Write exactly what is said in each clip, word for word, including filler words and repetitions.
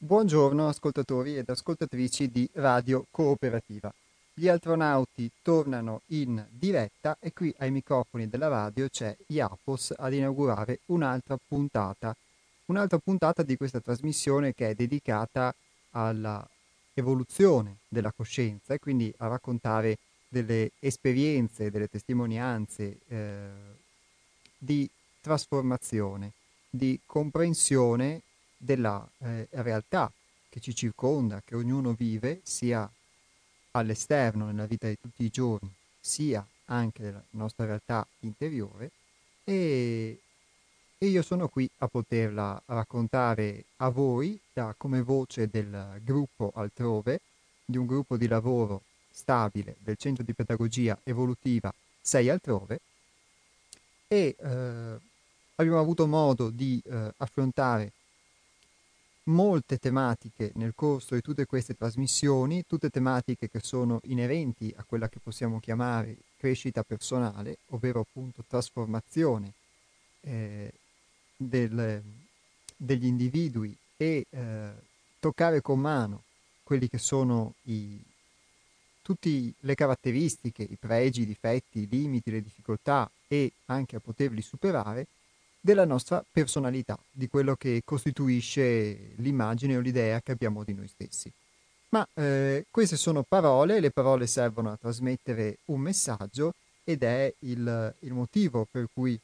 Buongiorno ascoltatori ed ascoltatrici di Radio Cooperativa. Gli astronauti tornano in diretta e qui ai microfoni della radio c'è Iapos ad inaugurare un'altra puntata, un'altra puntata di questa trasmissione che è dedicata alla evoluzione della coscienza e quindi a raccontare delle esperienze, delle testimonianze eh, di trasformazione, di comprensione della eh, realtà che ci circonda, che ognuno vive, sia all'esterno, nella vita di tutti i giorni, sia anche nella nostra realtà interiore, e, e io sono qui a poterla raccontare a voi da, come voce del gruppo Altrove, di un gruppo di lavoro stabile del Centro di Pedagogia Evolutiva sei Altrove, e eh, abbiamo avuto modo di eh, affrontare molte tematiche nel corso di tutte queste trasmissioni, tutte tematiche che sono inerenti a quella che possiamo chiamare crescita personale, ovvero appunto trasformazione eh, del, degli individui e eh, toccare con mano quelli che sono i, tutte le caratteristiche, i pregi, i difetti, i limiti, le difficoltà e anche a poterli superare della nostra personalità, di quello che costituisce l'immagine o l'idea che abbiamo di noi stessi. Ma eh, queste sono parole, le parole servono a trasmettere un messaggio ed è il, il motivo per cui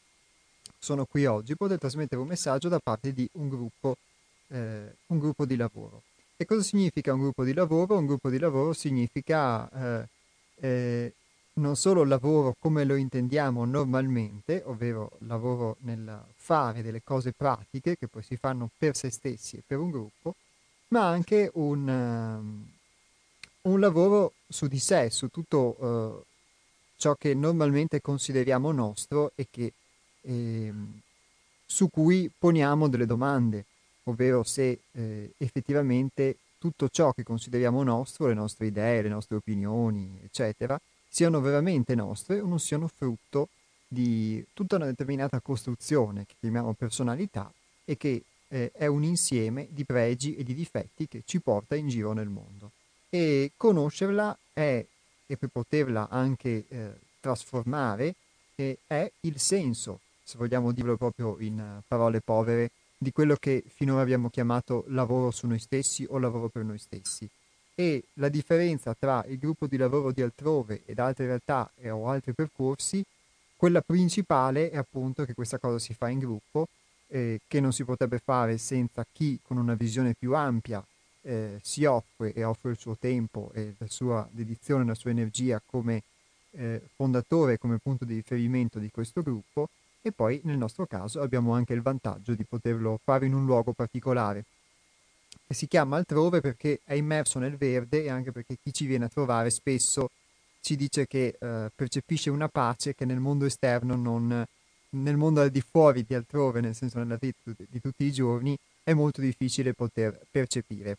sono qui oggi, poter trasmettere un messaggio da parte di un gruppo, eh, un gruppo di lavoro. E cosa significa un gruppo di lavoro? Un gruppo di lavoro significa eh, eh, non solo lavoro come lo intendiamo normalmente, ovvero lavoro nel fare delle cose pratiche che poi si fanno per se stessi e per un gruppo, ma anche un, um, un lavoro su di sé, su tutto uh, ciò che normalmente consideriamo nostro e che, ehm, su cui poniamo delle domande, ovvero se eh, effettivamente tutto ciò che consideriamo nostro, le nostre idee, le nostre opinioni, eccetera, siano veramente nostre o non siano frutto di tutta una determinata costruzione che chiamiamo personalità e che eh, è un insieme di pregi e di difetti che ci porta in giro nel mondo. E conoscerla è, e per poterla anche eh, trasformare, eh, è il senso, se vogliamo dirlo proprio in uh, parole povere, di quello che finora abbiamo chiamato lavoro su noi stessi o lavoro per noi stessi. E la differenza tra il gruppo di lavoro di altrove ed altre realtà e, o altri percorsi, quella principale è appunto che questa cosa si fa in gruppo, eh, che non si potrebbe fare senza chi con una visione più ampia eh, si offre e offre il suo tempo e la sua dedizione, la sua energia come eh, fondatore, come punto di riferimento di questo gruppo. E poi nel nostro caso abbiamo anche il vantaggio di poterlo fare in un luogo particolare. E si chiama Altrove perché è immerso nel verde e anche perché chi ci viene a trovare spesso ci dice che eh, percepisce una pace che nel mondo esterno non, nel mondo al di fuori di Altrove, nel senso nella vita di, di tutti i giorni, è molto difficile poter percepire.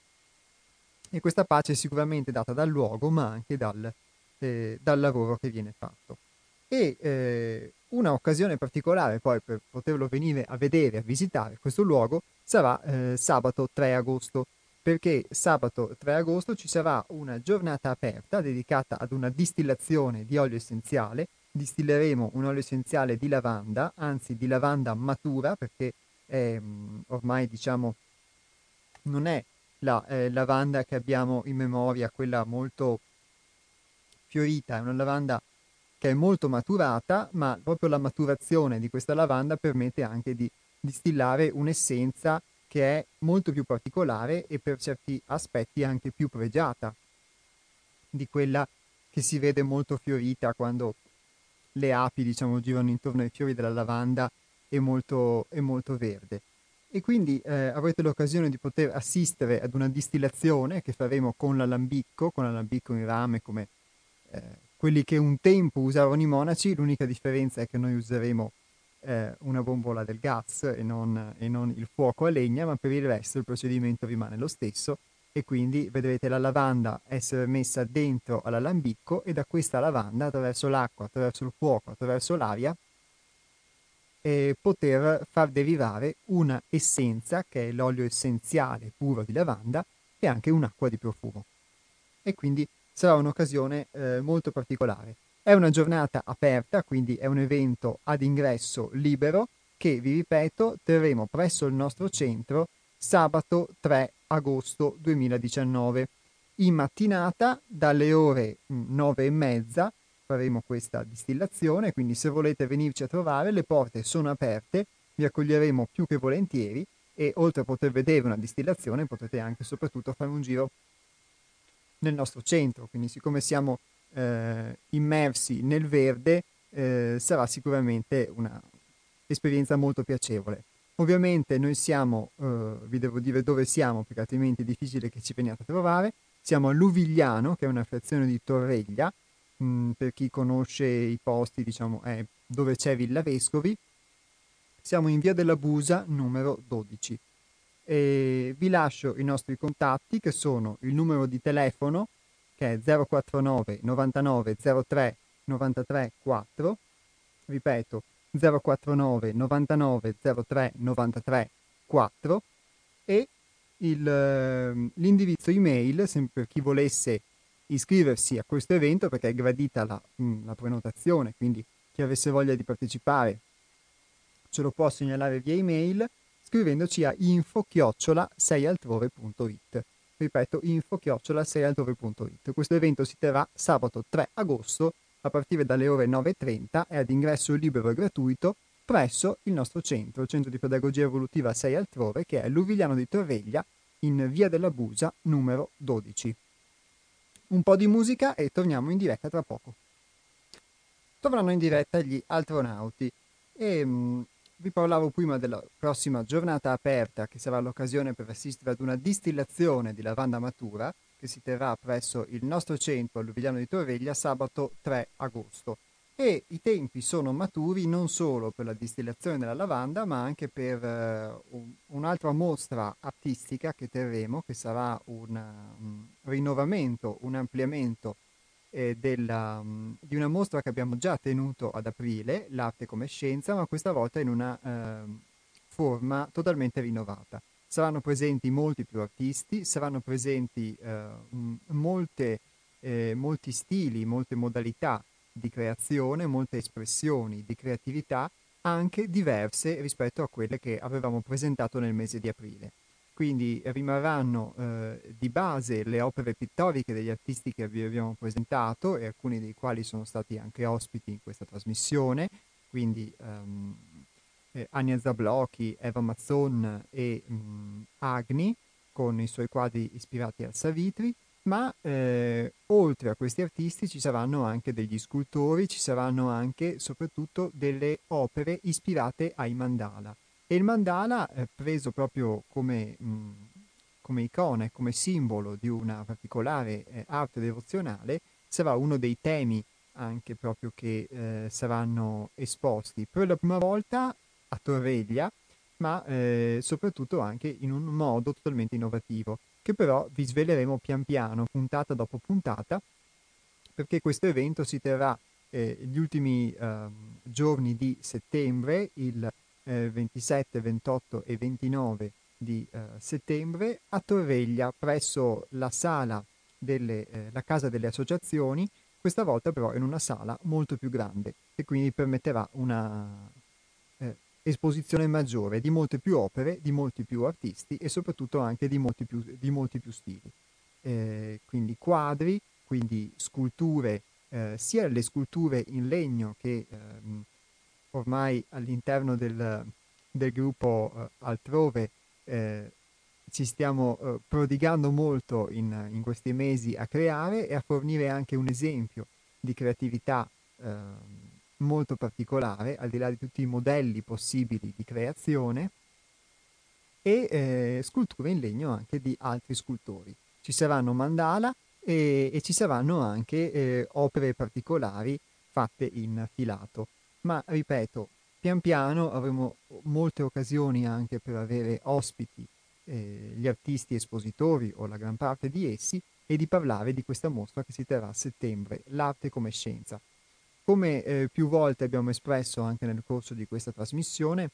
E questa pace è sicuramente data dal luogo, ma anche dal, eh, dal lavoro che viene fatto. E eh, una occasione particolare poi per poterlo venire a vedere, a visitare questo luogo, sarà eh, sabato tre agosto, perché sabato tre agosto ci sarà una giornata aperta dedicata ad una distillazione di olio essenziale. Distilleremo un olio essenziale di lavanda, anzi di lavanda matura, perché è, mh, ormai diciamo non è la eh, lavanda che abbiamo in memoria, quella molto fiorita, è una lavanda che è molto maturata, ma proprio la maturazione di questa lavanda permette anche di distillare un'essenza che è molto più particolare e per certi aspetti anche più pregiata di quella che si vede molto fiorita quando le api, diciamo, girano intorno ai fiori della lavanda e molto, e molto verde. E quindi eh, avrete l'occasione di poter assistere ad una distillazione che faremo con l'alambicco, con l'alambicco in rame come eh, quelli che un tempo usavano i monaci. L'unica differenza è che noi useremo eh, una bombola del gas e non, e non il fuoco a legna, ma per il resto il procedimento rimane lo stesso e quindi vedrete la lavanda essere messa dentro all'alambicco e da questa lavanda, attraverso l'acqua, attraverso il fuoco, attraverso l'aria, eh, poter far derivare una essenza, che è l'olio essenziale puro di lavanda, e anche un'acqua di profumo. E quindi sarà un'occasione eh, molto particolare. È una giornata aperta, quindi è un evento ad ingresso libero che, vi ripeto, terremo presso il nostro centro sabato tre agosto duemiladiciannove. In mattinata, dalle ore nove e mezza, faremo questa distillazione, quindi se volete venirci a trovare, le porte sono aperte, vi accoglieremo più che volentieri e oltre a poter vedere una distillazione potete anche e soprattutto fare un giro nel nostro centro, quindi siccome siamo eh, immersi nel verde eh, sarà sicuramente una esperienza molto piacevole. Ovviamente noi siamo, eh, vi devo dire dove siamo perché altrimenti è difficile che ci veniate a trovare, siamo a Luvigliano, che è una frazione di Torreglia, mh, per chi conosce i posti, diciamo, è dove c'è Villa Vescovi, siamo in via della Busa numero dodici. E vi lascio i nostri contatti che sono il numero di telefono che è zero quattro nove novantanove zero tre novantatré quattro, ripeto zero quattro nove novantanove zero tre novantatré quattro, e il, eh, l'indirizzo email sempre per chi volesse iscriversi a questo evento perché è gradita la, mh, la prenotazione, quindi chi avesse voglia di partecipare ce lo può segnalare via email scrivendoci a info chiocciola seialtrove punto it. Ripeto, info chiocciola seialtrove punto it. Questo evento si terrà sabato tre agosto a partire dalle ore nove e trenta e ad ingresso libero e gratuito presso il nostro centro, il Centro di Pedagogia Evolutiva sei Altrove, che è Luvigliano di Torreglia in via della Busa numero dodici. Un po' di musica e torniamo in diretta tra poco. Tornano in diretta gli Altronauti e mh, vi parlavo prima della prossima giornata aperta che sarà l'occasione per assistere ad una distillazione di lavanda matura che si terrà presso il nostro centro a Luvigliano di Torreglia sabato tre agosto. E i tempi sono maturi non solo per la distillazione della lavanda ma anche per eh, un, un'altra mostra artistica che terremo, che sarà un, un rinnovamento, un ampliamento eh, della, mh, di una mostra che abbiamo già tenuto ad aprile, l'arte come scienza, ma questa volta in una ehm, forma totalmente rinnovata. Saranno presenti molti più artisti, saranno presenti eh, mh, molte, eh, molti stili, molte modalità di creazione, molte espressioni di creatività, anche diverse rispetto a quelle che avevamo presentato nel mese di aprile. Quindi rimarranno eh, di base le opere pittoriche degli artisti che vi abbiamo presentato e alcuni dei quali sono stati anche ospiti in questa trasmissione, quindi ehm, eh, Ania Zablocchi, Eva Mazzon e mh, Agni con i suoi quadri ispirati al Savitri, ma eh, oltre a questi artisti ci saranno anche degli scultori, ci saranno anche soprattutto delle opere ispirate ai mandala. E il mandala, eh, preso proprio come, mh, come icona e come simbolo di una particolare eh, arte devozionale, sarà uno dei temi anche proprio che eh, saranno esposti per la prima volta a Torreglia, ma eh, soprattutto anche in un modo totalmente innovativo, che però vi sveleremo pian piano, puntata dopo puntata, perché questo evento si terrà eh, gli ultimi eh, giorni di settembre, il eh, ventisette, ventotto e ventinove di eh, settembre, a Torreglia, presso la sala delle, eh, la Casa delle Associazioni, questa volta però in una sala molto più grande e quindi permetterà una eh, esposizione maggiore di molte più opere, di molti più artisti e soprattutto anche di molti più, di molti più stili. Eh, quindi quadri, quindi sculture, eh, sia le sculture in legno che ehm, ormai all'interno del, del gruppo eh, Altrove eh, ci stiamo eh, prodigando molto in, in questi mesi a creare e a fornire anche un esempio di creatività eh, molto particolare, al di là di tutti i modelli possibili di creazione, e eh, sculture in legno anche di altri scultori. Ci saranno mandala e, e ci saranno anche eh, opere particolari fatte in filato. Ma ripeto, pian piano avremo molte occasioni anche per avere ospiti eh, gli artisti espositori o la gran parte di essi e di parlare di questa mostra che si terrà a settembre, l'arte come scienza. come eh, più volte abbiamo espresso anche nel corso di questa trasmissione,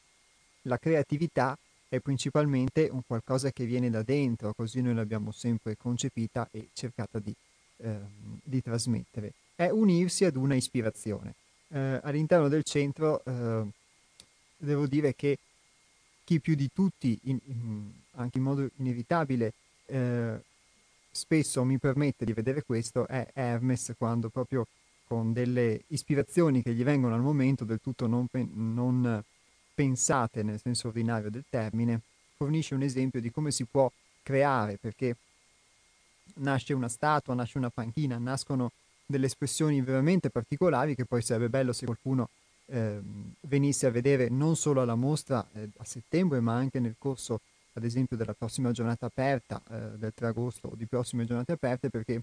la creatività è principalmente un qualcosa che viene da dentro, così noi l'abbiamo sempre concepita e cercata di, ehm, di trasmettere. È unirsi ad una ispirazione. Eh, all'interno del centro eh, devo dire che chi più di tutti, in- in- anche in modo inevitabile, eh, spesso mi permette di vedere questo è Hermes, quando proprio con delle ispirazioni che gli vengono al momento del tutto non, pe- non pensate nel senso ordinario del termine, fornisce un esempio di come si può creare, perché nasce una statua, nasce una panchina, nascono delle espressioni veramente particolari che poi sarebbe bello se qualcuno ehm, venisse a vedere non solo alla mostra eh, a settembre, ma anche nel corso, ad esempio, della prossima giornata aperta, eh, del tre agosto o di prossime giornate aperte, perché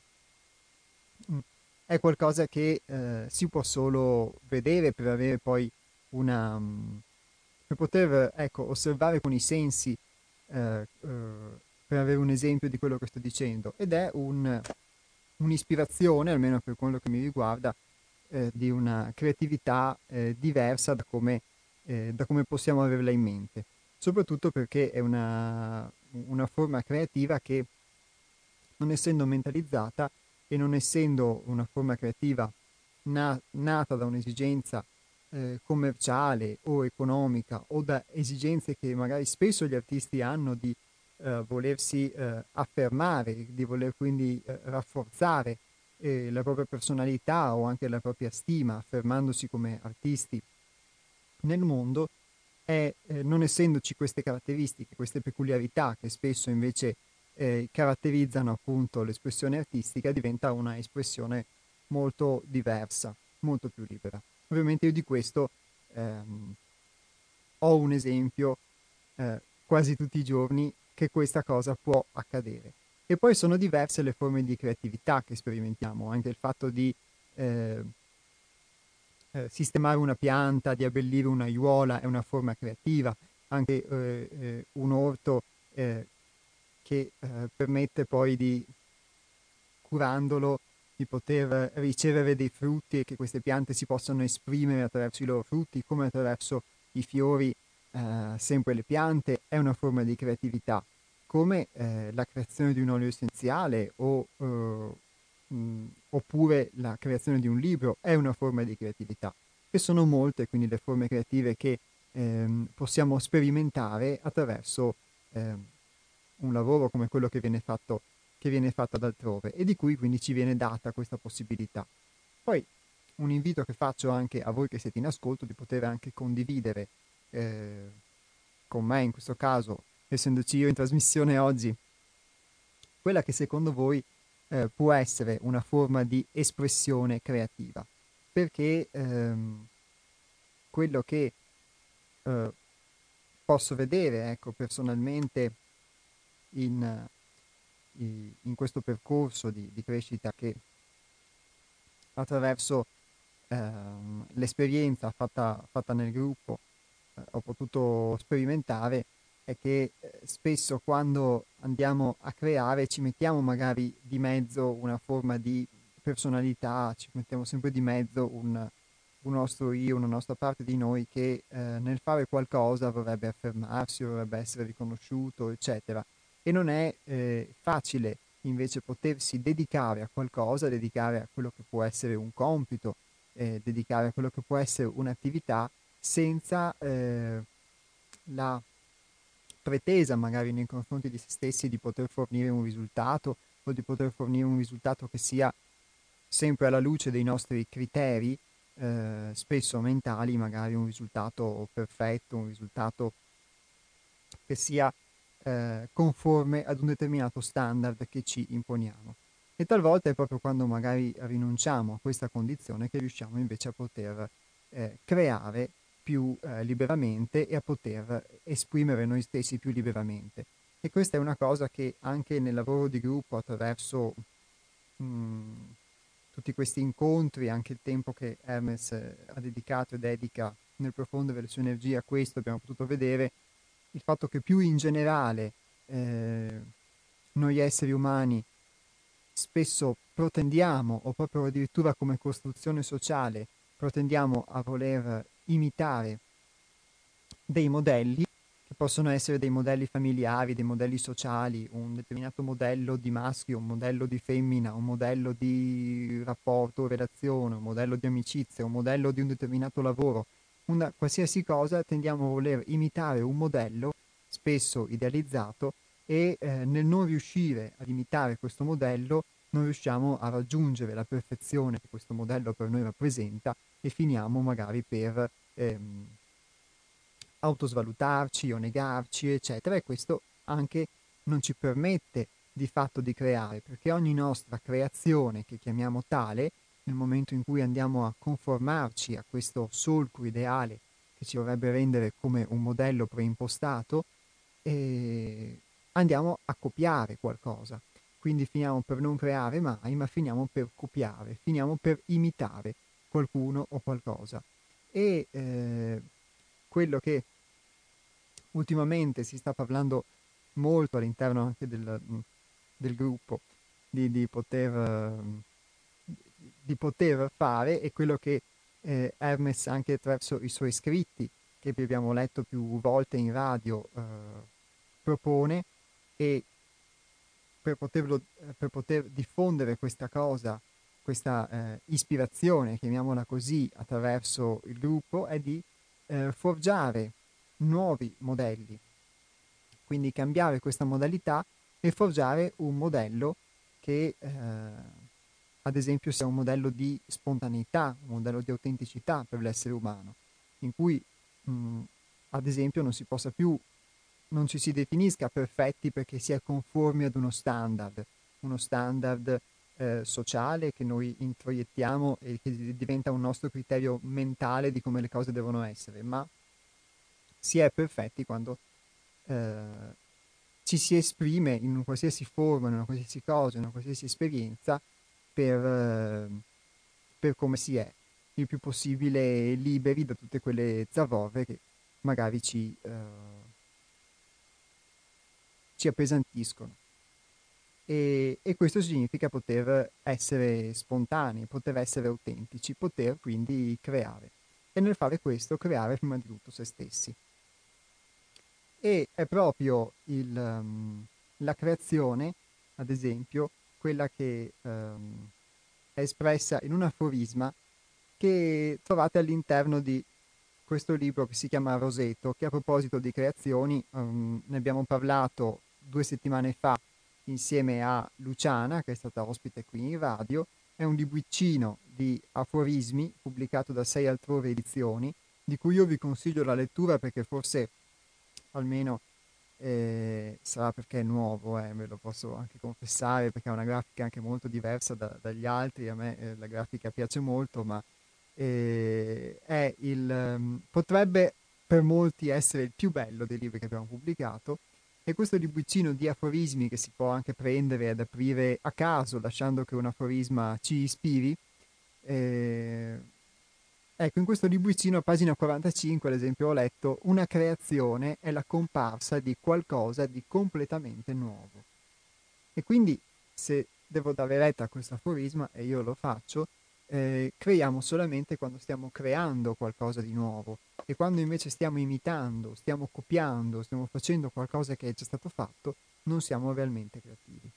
mh, è qualcosa che eh, si può solo vedere per avere poi una... mh, per poter, ecco, osservare con i sensi, eh, eh, per avere un esempio di quello che sto dicendo, ed è un, un'ispirazione, almeno per quello che mi riguarda, eh, di una creatività eh, diversa da come, eh, da come possiamo averla in mente, soprattutto perché è una, una forma creativa che, non essendo mentalizzata e non essendo una forma creativa na- nata da un'esigenza eh, commerciale o economica o da esigenze che magari spesso gli artisti hanno di eh, volersi eh, affermare, di voler quindi eh, rafforzare eh, la propria personalità o anche la propria stima, affermandosi come artisti nel mondo, è, eh, non essendoci queste caratteristiche, queste peculiarità che spesso invece eh, caratterizzano appunto l'espressione artistica, diventa una espressione molto diversa, molto più libera. Ovviamente io di questo ehm, ho un esempio eh, quasi tutti i giorni che questa cosa può accadere. E poi sono diverse le forme di creatività che sperimentiamo, anche il fatto di eh, eh, sistemare una pianta, di abbellire un'aiuola è una forma creativa, anche eh, eh, un orto eh, che eh, permette poi di, curandolo, di poter ricevere dei frutti e che queste piante si possano esprimere attraverso i loro frutti, come attraverso i fiori, eh, sempre le piante, è una forma di creatività, come eh, la creazione di un olio essenziale o, eh, mh, oppure la creazione di un libro è una forma di creatività. E sono molte quindi le forme creative che ehm, possiamo sperimentare attraverso ehm, un lavoro come quello che viene fatto che viene fatto ad altrove e di cui quindi ci viene data questa possibilità. Poi un invito che faccio anche a voi che siete in ascolto di poter anche condividere eh, con me in questo caso, essendoci io in trasmissione oggi, quella che secondo voi eh, può essere una forma di espressione creativa, perché ehm, quello che eh, posso vedere, ecco, personalmente in, in questo percorso di, di crescita che attraverso ehm, l'esperienza fatta, fatta nel gruppo eh, ho potuto sperimentare è che eh, spesso quando andiamo a creare ci mettiamo magari di mezzo una forma di personalità, ci mettiamo sempre di mezzo un, un nostro io, una nostra parte di noi che eh, nel fare qualcosa vorrebbe affermarsi, vorrebbe essere riconosciuto, eccetera. E non è eh, facile invece potersi dedicare a qualcosa, dedicare a quello che può essere un compito, eh, dedicare a quello che può essere un'attività senza eh, la pretesa magari nei confronti di se stessi di poter fornire un risultato o di poter fornire un risultato che sia sempre alla luce dei nostri criteri, eh, spesso mentali, magari un risultato perfetto, un risultato che sia eh, conforme ad un determinato standard che ci imponiamo. E talvolta è proprio quando magari rinunciamo a questa condizione che riusciamo invece a poter eh, creare più eh, liberamente e a poter esprimere noi stessi più liberamente. E questa è una cosa che anche nel lavoro di gruppo, attraverso mh, tutti questi incontri, anche il tempo che Hermes eh, ha dedicato e dedica nel profondere le sue energie a questo, abbiamo potuto vedere il fatto che più in generale eh, noi esseri umani spesso protendiamo, o proprio addirittura come costruzione sociale, protendiamo a voler imitare dei modelli che possono essere dei modelli familiari, dei modelli sociali, un determinato modello di maschio, un modello di femmina, un modello di rapporto, relazione, un modello di amicizia, un modello di un determinato lavoro, una qualsiasi cosa tendiamo a voler imitare un modello spesso idealizzato e eh, nel non riuscire ad imitare questo modello non riusciamo a raggiungere la perfezione che questo modello per noi rappresenta e finiamo magari per ehm, autosvalutarci o negarci, eccetera, e questo anche non ci permette di fatto di creare, perché ogni nostra creazione, che chiamiamo tale, nel momento in cui andiamo a conformarci a questo solco ideale che ci dovrebbe rendere come un modello preimpostato, eh, andiamo a copiare qualcosa. Quindi finiamo per non creare mai, ma finiamo per copiare, finiamo per imitare qualcuno o qualcosa. E eh, quello che ultimamente si sta parlando molto all'interno anche del, del gruppo di, di, poter, di poter fare è quello che eh, Hermes anche attraverso i suoi scritti che vi abbiamo letto più volte in radio eh, propone, e per, poterlo, per poter diffondere questa cosa, questa eh, ispirazione, chiamiamola così, attraverso il gruppo, è di eh, forgiare nuovi modelli, quindi cambiare questa modalità e forgiare un modello che eh, ad esempio sia un modello di spontaneità, un modello di autenticità per l'essere umano, in cui mh, ad esempio non si possa più, non ci si definisca perfetti perché si è conformi ad uno standard, uno standard eh, sociale che noi introiettiamo e che diventa un nostro criterio mentale di come le cose devono essere, ma si è perfetti quando eh, ci si esprime in una qualsiasi forma, in una qualsiasi cosa, in una qualsiasi esperienza per, eh, per come si è, il più possibile liberi da tutte quelle zavorre che magari ci, eh, ci appesantiscono. E, e questo significa poter essere spontanei, poter essere autentici, poter quindi creare. E nel fare questo creare prima di tutto se stessi. E è proprio il, um, la creazione, ad esempio, quella che um, è espressa in un aforisma che trovate all'interno di questo libro che si chiama Roseto, che a proposito di creazioni um, ne abbiamo parlato due settimane fa insieme a Luciana, che è stata ospite qui in radio. È un libricino di aforismi pubblicato da Sei Altrove Edizioni, di cui io vi consiglio la lettura perché forse almeno eh, sarà perché è nuovo, eh, ve lo posso anche confessare, perché ha una grafica anche molto diversa da, dagli altri. A me eh, la grafica piace molto, ma eh, è il, um, potrebbe per molti essere il più bello dei libri che abbiamo pubblicato. E questo libricino di aforismi che si può anche prendere ed aprire a caso, lasciando che un aforisma ci ispiri. Eh, ecco, in questo libricino, a pagina quarantacinque, ad esempio, ho letto: una creazione è la comparsa di qualcosa di completamente nuovo. E quindi, se devo dare retta a questo aforisma, e io lo faccio, eh, creiamo solamente quando stiamo creando qualcosa di nuovo, e quando invece stiamo imitando, stiamo copiando, stiamo facendo qualcosa che è già stato fatto, non siamo realmente creativi.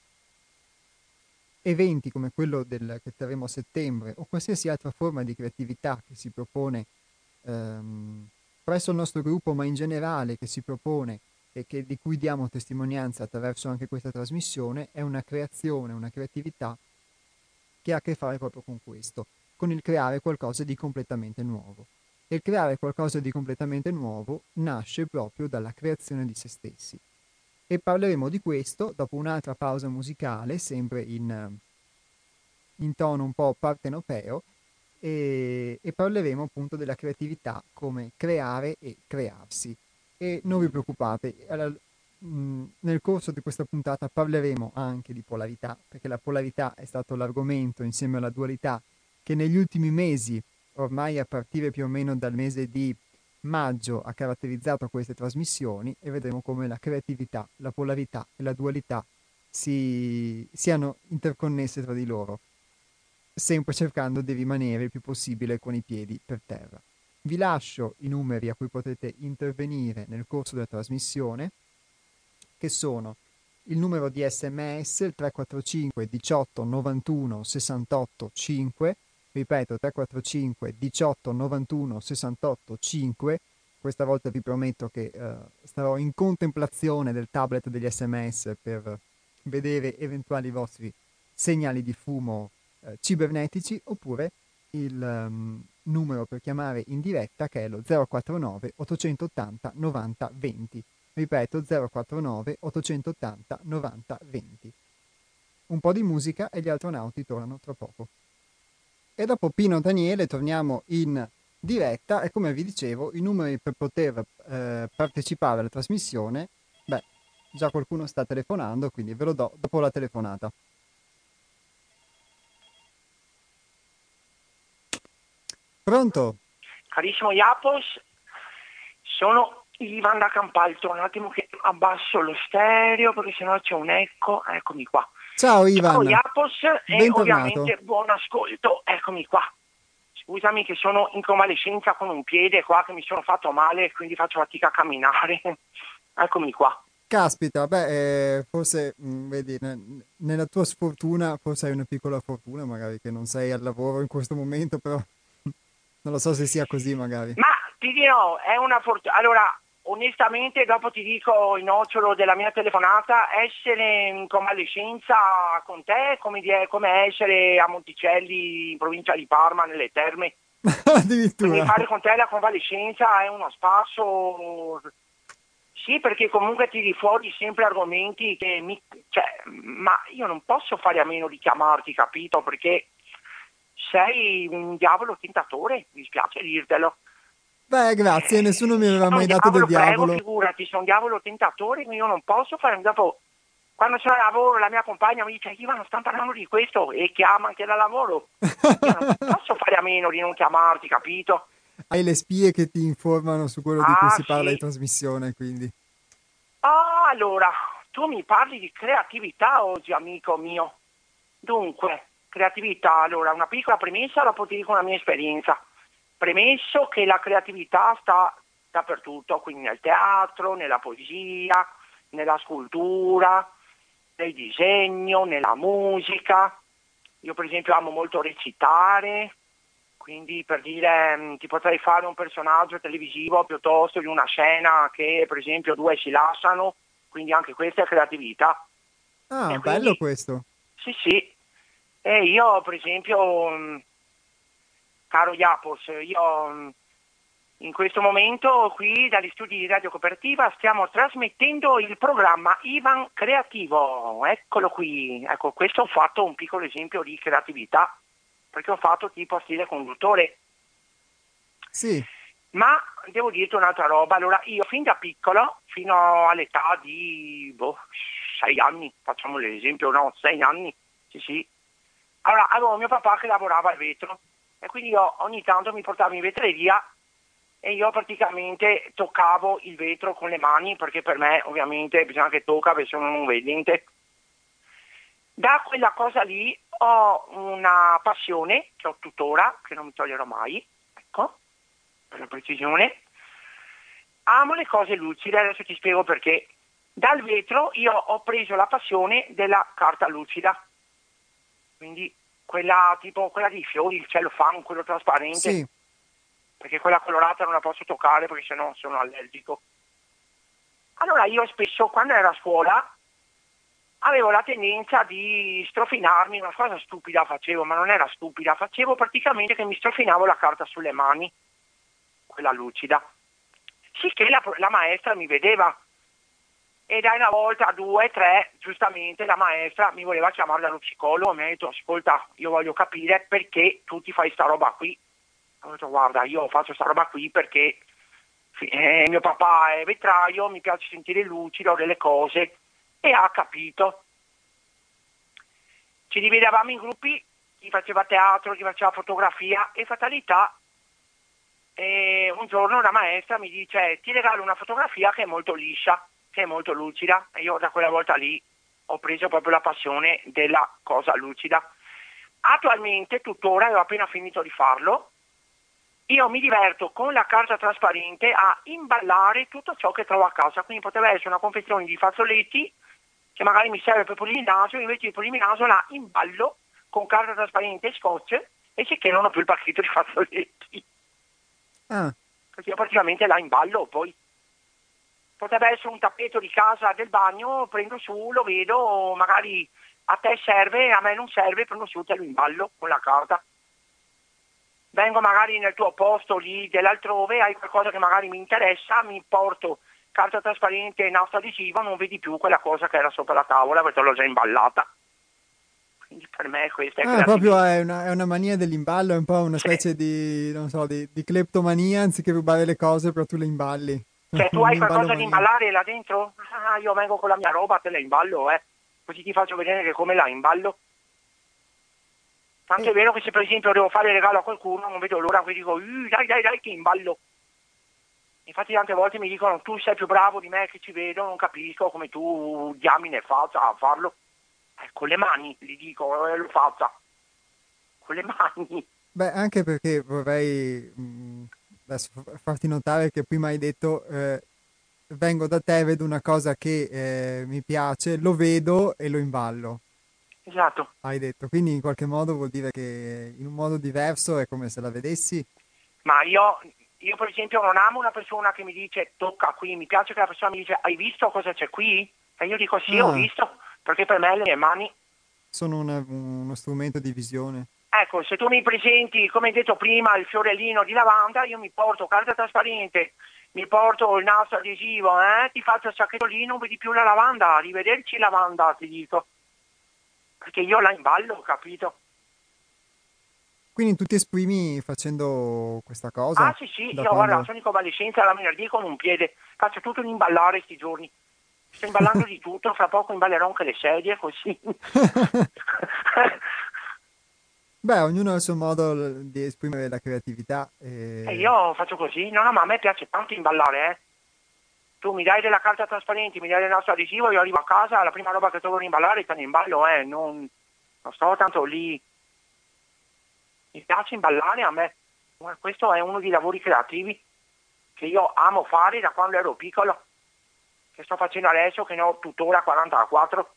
Eventi come quello del, che terremo a settembre, o qualsiasi altra forma di creatività che si propone ehm, presso il nostro gruppo, ma in generale che si propone e che, di cui diamo testimonianza attraverso anche questa trasmissione, è una creazione, una creatività che ha a che fare proprio con questo, con il creare qualcosa di completamente nuovo. E il creare qualcosa di completamente nuovo nasce proprio dalla creazione di se stessi. E parleremo di questo dopo un'altra pausa musicale, sempre in, in tono un po' partenopeo, e, e parleremo appunto della creatività come creare e crearsi. E non vi preoccupate, allora, mh, nel corso di questa puntata parleremo anche di polarità, perché la polarità è stato l'argomento insieme alla dualità che negli ultimi mesi, ormai a partire più o meno dal mese di maggio, ha caratterizzato queste trasmissioni, e vedremo come la creatività, la polarità e la dualità si, siano interconnesse tra di loro, sempre cercando di rimanere il più possibile con i piedi per terra. Vi lascio i numeri a cui potete intervenire nel corso della trasmissione, che sono il numero di sms, il tre quattro cinque diciotto novantuno sessantotto cinque, ripeto tre quattro cinque diciotto novantuno sessantotto cinque. Questa volta vi prometto che eh, starò in contemplazione del tablet degli sms per vedere eventuali vostri segnali di fumo eh, cibernetici, oppure il um, numero per chiamare in diretta, che è lo zero quattro nove ottocentottanta novanta venti. Ripeto, zero quattro nove ottocentottanta novanta venti. Un po' di musica e gli astronauti tornano tra poco. E dopo Pino Daniele torniamo in diretta e, come vi dicevo, i numeri per poter eh, partecipare alla trasmissione, beh, già qualcuno sta telefonando, quindi ve lo do dopo la telefonata. Pronto? Carissimo Iapos, sono Ivan da Campalto. Un attimo che abbasso lo stereo perché sennò c'è un eco. Eccomi qua. Ciao Ivan. Ciao Iapos e bentornato. Ovviamente buon ascolto. Eccomi qua. Scusami che sono in convalescenza con un piede qua che mi sono fatto male, quindi faccio fatica a camminare. Eccomi qua. Caspita, beh, eh, forse, mh, vedi, ne- nella tua sfortuna, forse hai una piccola fortuna, magari che non sei al lavoro in questo momento, però non lo so se sia così magari. Ma ti dirò, è una fortuna. Allora, onestamente, dopo ti dico il nocciolo della mia telefonata, essere in convalescenza con te è come, di- come essere a Monticelli, in provincia di Parma, nelle terme. Addirittura. Quindi fare con te la convalescenza è uno spasso. Sì, perché comunque tiri fuori sempre argomenti che mi... Cioè, ma io non posso fare a meno di chiamarti, capito? Perché sei un diavolo tentatore, mi spiace dirtelo. Beh, grazie, nessuno mi aveva Sono mai un dato del diavolo, prego, diavolo. figurati, sono un diavolo tentatore, io non posso fare... Dopo, quando sono al lavoro, la mia compagna mi dice, Ivan, stanno parlando di questo, e chiama anche da lavoro. Io non posso fare a meno di non chiamarti, capito? Hai le spie che ti informano su quello di cui Ah, si parla in sì. trasmissione, quindi. Ah, allora, tu mi parli di creatività oggi, amico mio. Dunque, creatività, allora, una piccola premessa, dopo ti dico una mia esperienza. Premesso che la creatività sta dappertutto, quindi nel teatro, nella poesia, nella scultura, nel disegno, nella musica. Io per esempio amo molto recitare, quindi per dire mh, ti potrei fare un personaggio televisivo piuttosto di una scena che per esempio due si lasciano, quindi anche questa è creatività. Ah, E bello quindi questo. sì sì, e io per esempio, mh, caro Iapos, io mh, in questo momento qui dagli studi di Radio Cooperativa stiamo trasmettendo il programma Ivan Creativo, eccolo qui, ecco questo ho fatto un piccolo esempio di creatività, perché ho fatto tipo stile conduttore. Sì. Ma devo dirti un'altra roba, allora io fin da piccolo, fino all'età di boh, sei anni, facciamo l'esempio, no, sei anni, sì sì, allora avevo mio papà che lavorava al vetro e quindi io ogni tanto mi portavo in vetreria e io praticamente toccavo il vetro con le mani, perché per me ovviamente bisogna che tocca perché sono un vedente. Da quella cosa lì ho una passione che ho tuttora, che non mi toglierò mai, ecco, per la precisione. Amo le cose lucide, adesso ti spiego perché. Dal vetro io ho preso la passione della carta lucida, quindi quella tipo quella dei fiori, il cellophane, quello trasparente, Sì. perché quella colorata non la posso toccare perché sennò sono allergico. Allora io spesso quando ero a scuola avevo la tendenza di strofinarmi, una cosa stupida facevo, ma non era stupida, facevo praticamente che mi strofinavo la carta sulle mani, quella lucida. Sicché la, la maestra mi vedeva e da una volta, due, tre, giustamente la maestra mi voleva chiamare dallo psicologo e mi ha detto, ascolta, io voglio capire perché tu ti fai sta roba qui. Ho detto, guarda, io faccio sta roba qui perché eh, mio papà è vetraio, mi piace sentire lucido delle cose, e ha capito. Ci dividevamo in gruppi, chi faceva teatro, chi faceva fotografia, e fatalità, e un giorno la maestra mi dice, ti regalo una fotografia che è molto liscia, che è molto lucida, e io da quella volta lì ho preso proprio la passione della cosa lucida. Attualmente, tuttora, ho appena finito di farlo, io mi diverto con la carta trasparente a imballare tutto ciò che trovo a casa, quindi potrebbe essere una confezione di fazzoletti che magari mi serve per pulire il naso, invece di pulire il naso la imballo con carta trasparente e scotch, e sicché non ho più il pacchetto di fazzoletti. Ah. Perché io praticamente la imballo, poi potrebbe essere un tappeto di casa del bagno, prendo su, lo vedo, magari a te serve, a me non serve, prendo su, te lo imballo con la carta. Vengo magari nel tuo posto lì dell'altrove, hai qualcosa che magari mi interessa, mi porto carta trasparente e nastro adesivo, non vedi più quella cosa che era sopra la tavola perché l'ho già imballata. Quindi per me questa è Ah, creatività. proprio è una, è una mania dell'imballo, è un po' una Sì. specie di, non so, di, di cleptomania, anziché rubare le cose, però tu le imballi. Cioè tu Un hai imballo qualcosa di mania. imballare là dentro? Ah, io vengo con la mia roba, te la imballo, eh. Così ti faccio vedere che come la imballo. Tanto Eh. è vero che se per esempio devo fare regalo a qualcuno, non vedo l'ora che dico, "Uh, dai dai dai che imballo". Infatti tante volte mi dicono, tu sei più bravo di me che ci vedo, non capisco come tu diamine faccia a farlo. Eh, con le mani, gli dico, eh, lo faccia. Con le mani. Beh, anche perché vorrei mh, adesso fa- farti notare che prima hai detto eh, vengo da te, vedo una cosa che eh, mi piace, lo vedo e lo imballo. Esatto. Hai detto, quindi in qualche modo vuol dire che in un modo diverso è come se la vedessi. Ma io, io per esempio non amo una persona che mi dice tocca qui, mi piace che la persona mi dice hai visto cosa c'è qui? E io dico sì, ho Ah, visto, perché per me le mie mani. sono una- uno strumento di visione. Ecco, se tu mi presenti, come hai detto prima, il fiorellino di lavanda, io mi porto carta trasparente, mi porto il nastro adesivo, eh, ti faccio il sacchetto lì, non vedi più la lavanda, arrivederci lavanda, ti dico. Perché io la imballo, capito? Quindi tu ti esprimi facendo questa cosa Ah sì sì, da io guarda, quando... sono in convalescenza la venerdì con un piede, faccio tutto in imballare sti giorni. Sto imballando di tutto, fra poco imballerò anche le sedie, così. Beh, ognuno ha il suo modo l- di esprimere la creatività. E E... io faccio così, no no, ma a me piace tanto imballare, eh. Tu mi dai della carta trasparente, mi dai del nastro adesivo, io arrivo a casa, la prima roba che trovo da imballare te ne imballo, eh, non, non sto tanto lì. Mi piace imballare a me. Questo è uno dei lavori creativi che io amo fare da quando ero piccolo, che sto facendo adesso, che ne ho tuttora quarantaquattro.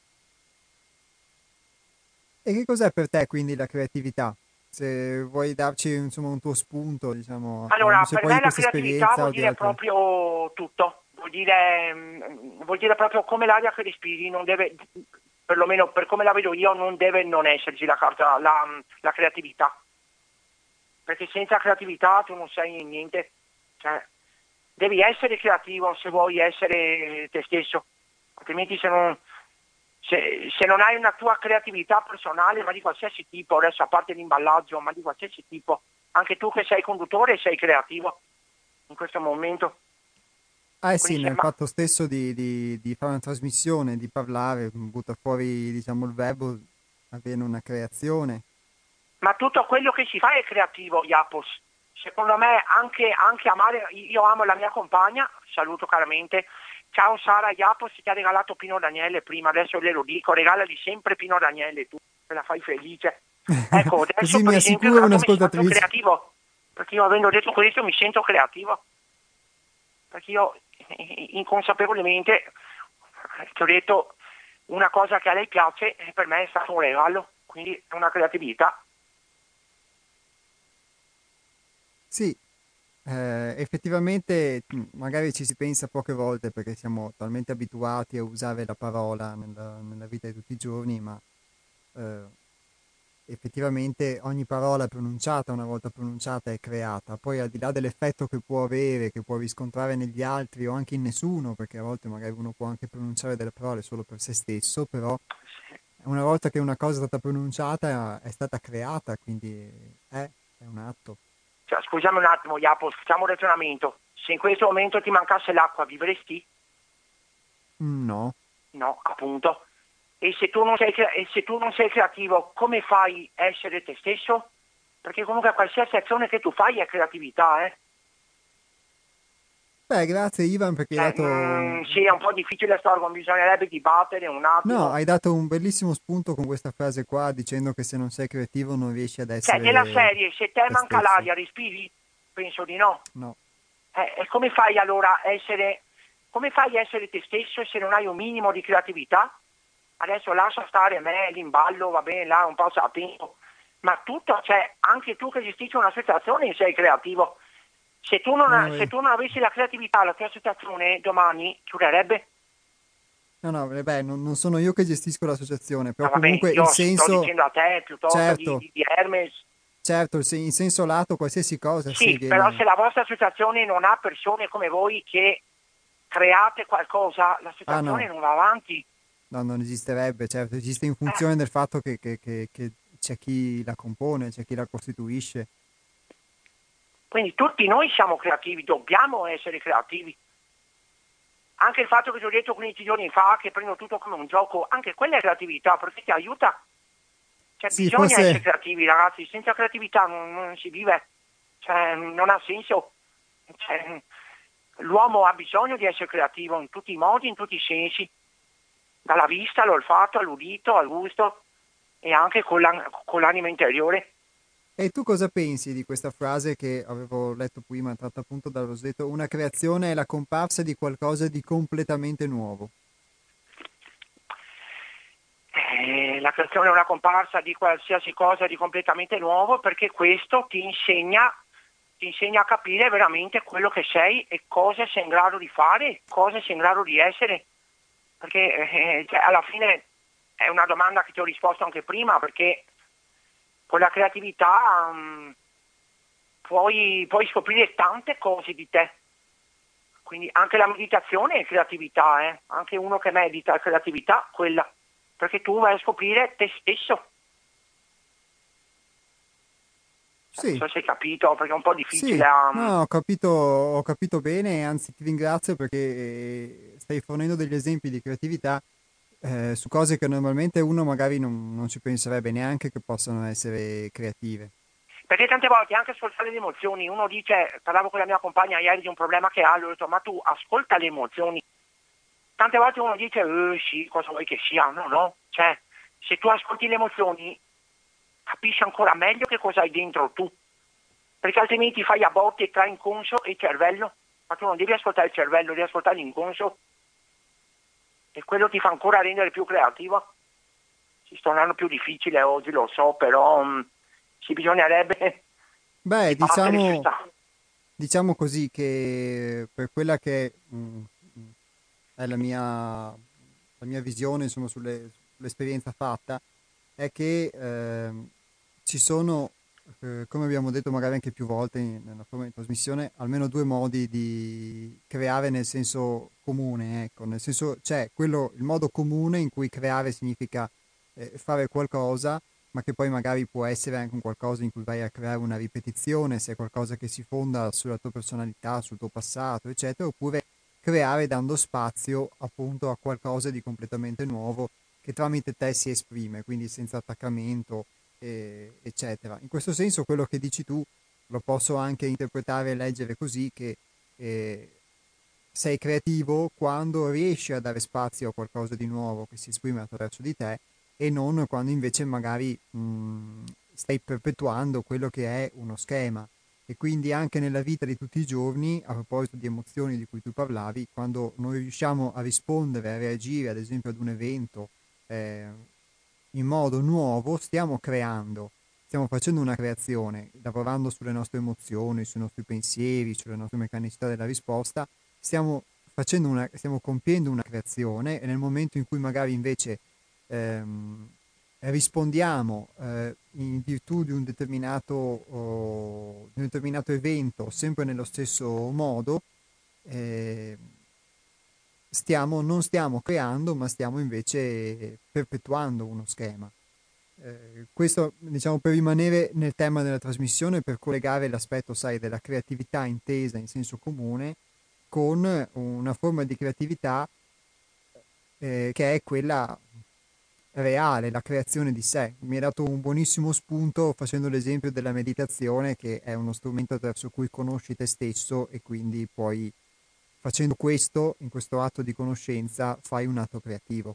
e che cos'è per te quindi la creatività? Se vuoi darci insomma un tuo spunto, diciamo, alla Allora, luce per poi me di la questa creatività esperienza vuol o di dire altre. proprio tutto, vuol dire, mm, vuol dire proprio come l'aria che respiri, non deve, perlomeno per come la vedo io, non deve non esserci la, carta, la, la creatività, perché senza creatività tu non sei niente, cioè, devi essere creativo se vuoi essere te stesso, altrimenti se non, se, se non hai una tua creatività personale, ma di qualsiasi tipo, adesso a parte l'imballaggio, ma di qualsiasi tipo, anche tu che sei conduttore sei creativo in questo momento. Ah, eh sì, Quindi nel sembra, fatto stesso di, di- di fare una trasmissione, di parlare, butta fuori, diciamo, il verbo, avviene una creazione. ma tutto quello che si fa è creativo, Iapos. Secondo me anche, anche amare, io amo la mia compagna, saluto caramente. Ciao Sara, Iapos ti ha regalato Pino Daniele prima, adesso le lo dico, regalali sempre Pino Daniele, tu me la fai felice. Ecco, adesso Così mi per esempio assicuro intanto mi sento un'ascoltatrice. creativo, perché io avendo detto questo mi sento creativo, perché io eh, inconsapevolmente ti ho detto una cosa che a lei piace e per me è stato un regalo, quindi è una creatività. Sì, eh, effettivamente mh, magari ci si pensa poche volte perché siamo talmente abituati a usare la parola nella, nella vita di tutti i giorni, ma eh, effettivamente ogni parola pronunciata, una volta pronunciata, è creata. Poi al di là dell'effetto che può avere, che può riscontrare negli altri o anche in nessuno, perché a volte magari uno può anche pronunciare delle parole solo per se stesso, però una volta che una cosa è stata pronunciata è stata creata, quindi è, è un atto. Cioè, scusiamo un attimo, Japo, facciamo un ragionamento. Se in questo momento ti mancasse l'acqua, vivresti? No. No, appunto. E se tu non sei, cre- e se tu non sei creativo, come fai a essere te stesso? Perché comunque qualsiasi azione che tu fai è creatività, eh? Beh, grazie Ivan perché hai Cioè, dato... mm, sì, è un po' difficile storia, bisognerebbe dibattere un No, attimo. hai dato un bellissimo spunto con questa frase qua, dicendo che se non sei creativo non riesci ad Cioè, della essere serie, se te te manca stesso. l'aria, respiri? Penso di no. No. Eh, e come fai allora a essere, come fai a essere te stesso se non hai un minimo di creatività? Adesso lascia stare me, l'imballo, va bene, là un po' a tempo, ma tutto, cioè, anche tu che gestisci un'associazione sei creativo. Se tu non, No, no, se eh, tu non avessi la creatività, la tua associazione domani chiuderebbe. no, no, eh, beh, non, non sono io che gestisco l'associazione, però Ah, va bene, comunque il io sto senso, dicendo a te piuttosto di, certo, di, di Hermes. certo, il, se- in senso lato qualsiasi cosa, sì, Sì, però se viene... la vostra associazione non ha persone come voi che create qualcosa, Ah l'associazione no, non va avanti. no, non esisterebbe, certo, esiste in Eh, funzione del fatto che, che- che- che c'è chi la compone, c'è chi la costituisce. quindi tutti noi siamo creativi, dobbiamo essere creativi. Anche il fatto che ti ho detto quindici giorni fa che prendo tutto come un gioco, anche quella è creatività perché ti aiuta. Cioè, Sì, bisogna essere forse, creativi, ragazzi, senza creatività non, non si vive, cioè, non ha senso. Cioè, l'uomo ha bisogno di essere creativo in tutti i modi, in tutti i sensi, dalla vista, all'olfatto, all'udito, al gusto e anche con, la, con l'anima interiore. e tu cosa pensi di questa frase che avevo letto prima, tratta appunto da Rosetto, una creazione è la comparsa di qualcosa di completamente nuovo? Eh, la creazione è una comparsa di qualsiasi cosa di completamente nuovo perché questo ti insegna, ti insegna a capire veramente quello che sei e cosa sei in grado di fare, cosa sei in grado di essere. Perché eh, cioè, alla fine è una domanda che ti ho risposto anche prima, perché con la creatività um, puoi, puoi scoprire tante cose di te. Quindi anche la meditazione è creatività, eh? Anche uno che medita è creatività, quella, perché tu vai a scoprire te stesso. Non Sì, so se hai capito, perché è un po' difficile. sì, Um... no, ho capito, ho capito bene, anzi ti ringrazio perché eh, stai fornendo degli esempi di creatività eh, su cose che normalmente uno magari non, non ci penserebbe neanche che possano essere creative. Perché tante volte anche ascoltare le emozioni, uno dice, parlavo con la mia compagna ieri di un problema che ha, le ho detto, ma tu ascolta le emozioni. Tante volte uno dice, eh, sì, cosa vuoi che sia? No, no, cioè, se tu ascolti le emozioni, capisci ancora meglio che cosa hai dentro tu, perché altrimenti fai a botte tra inconscio e cervello, ma tu non devi ascoltare il cervello, devi ascoltare l'inconscio, e quello ti fa ancora rendere più creativo. Si sta andando più difficile oggi, lo so, però mh, sì, bisognerebbe Beh, dibattere su diciamo, sta. diciamo così che per quella che mm, è la mia, la mia visione, insomma, sulle- sull'esperienza fatta, è che ehm, ci sono, eh, come abbiamo detto magari anche più volte in- nella forma di trasmissione, almeno due modi di creare nel senso comune, ecco, nel senso c'è quello, il modo comune in cui creare significa eh, fare qualcosa, ma che poi magari può essere anche un qualcosa in cui vai a creare una ripetizione, se è qualcosa che si fonda sulla tua personalità, sul tuo passato, eccetera, oppure creare dando spazio appunto a qualcosa di completamente nuovo che tramite te si esprime, quindi senza attaccamento, eh, eccetera. In questo senso quello che dici tu lo posso anche interpretare e leggere così che eh, sei creativo quando riesci a dare spazio a qualcosa di nuovo che si esprime attraverso di te e non quando invece magari mh, stai perpetuando quello che è uno schema. E quindi anche nella vita di tutti i giorni, a proposito di emozioni di cui tu parlavi, quando noi riusciamo a rispondere, a reagire ad esempio ad un evento eh, in modo nuovo, stiamo creando, stiamo facendo una creazione, lavorando sulle nostre emozioni, sui nostri pensieri, sulle nostre meccanicità della risposta, stiamo facendo una, stiamo compiendo una creazione e nel momento in cui magari invece ehm, rispondiamo eh, in virtù di un determinato, oh, di un determinato evento sempre nello stesso modo, eh, stiamo, non stiamo creando, ma stiamo invece perpetuando uno schema. Eh, questo, diciamo, per rimanere nel tema della trasmissione, per collegare l'aspetto, sai, della creatività intesa in senso comune con una forma di creatività eh, che è quella reale, la creazione di sé. Mi ha dato un buonissimo spunto facendo l'esempio della meditazione, che è uno strumento attraverso cui conosci te stesso e quindi puoi facendo questo, in questo atto di conoscenza, fai un atto creativo.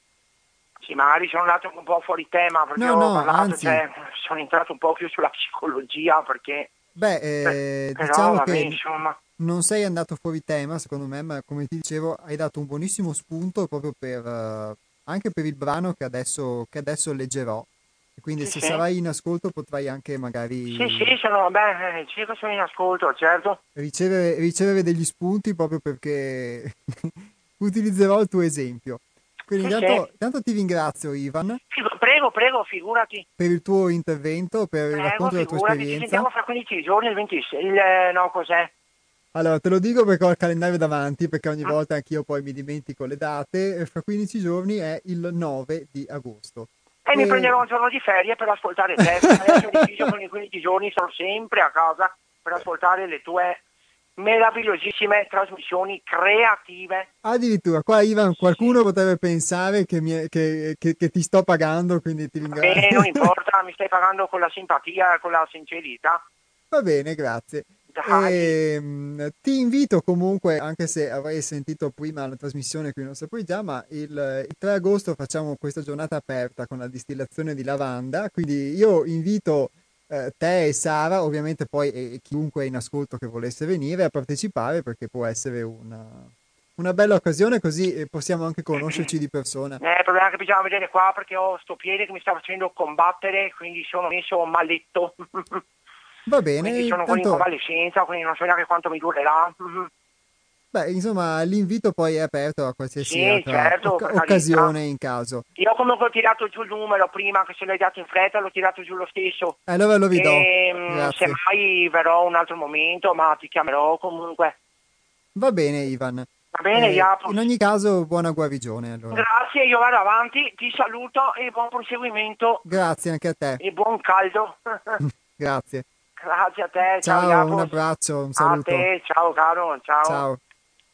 Sì, magari sono andato un po' fuori tema perché No, ho no, parlato, anzi, cioè, sono entrato un po' più sulla psicologia perché, beh, per- eh, però diciamo vabbè, che insomma, non sei andato fuori tema, secondo me, ma come ti dicevo, hai dato un buonissimo spunto proprio per, eh, anche per il brano che adesso, che adesso leggerò. E quindi sì, se sì, sarai in ascolto potrai anche sì, magari sì, sono, beh, eh, sì che sono in ascolto, certo, ricevere, ricevere degli spunti proprio perché utilizzerò il tuo esempio. Quindi sì, sì, intanto, intanto ti ringrazio Ivan Figu- prego, prego, figurati, per il tuo intervento, per il prego, racconto della tua figurati, ci esperienza. sentiamo fra quindici giorni, il ventisei, il, eh, no, cos'è? Allora, te lo dico perché ho il calendario davanti, perché ogni Mm. volta anch'io poi mi dimentico le date. E fra quindici giorni è il nove di agosto. E mi E prenderò un giorno di ferie per ascoltare te, perché adesso ho deciso che ogni quindici giorni sono sempre a casa per ascoltare le tue meravigliosissime trasmissioni creative. addirittura qua Ivan, Sì, sì. qualcuno potrebbe pensare che, mi è- che- che- che ti sto pagando, quindi ti Va bene, ringrazio. non importa, mi stai pagando con la simpatia e con la sincerità. Va bene, grazie. Dai, E, mh, ti invito comunque, anche se avrai sentito prima la trasmissione, qui non saprei già, ma il, il tre agosto facciamo questa giornata aperta con la distillazione di lavanda, quindi io invito eh, te e Sara, ovviamente poi e chiunque è in ascolto che volesse venire a partecipare perché può essere una, una bella occasione, così eh, possiamo anche conoscerci di persona. eh, il problema è che bisogna vedere qua perché ho sto piede che mi sta facendo combattere, quindi sono messo maletto. Va bene, Quindi sono ancora in intanto, convalescenza, quindi non so neanche quanto mi durerà. beh, insomma, l'invito poi è aperto a qualsiasi Sì, altra certo, oc- per carità. occasione in caso. Io comunque ho tirato giù il numero prima, che se l'hai dato in fretta l'ho tirato giù lo stesso. Allora lo ridò. E mh, Grazie. semmai verrò un altro momento, ma ti chiamerò comunque. Va bene, Ivan. Va bene, Eh, Iapos. in ogni caso, buona guarigione allora. Grazie, io vado avanti, ti saluto e buon proseguimento Grazie anche a te. e buon caldo. Grazie. Grazie a te, ciao Ciao, un Iapos. abbraccio, un A saluto. te, ciao caro, ciao. Ciao.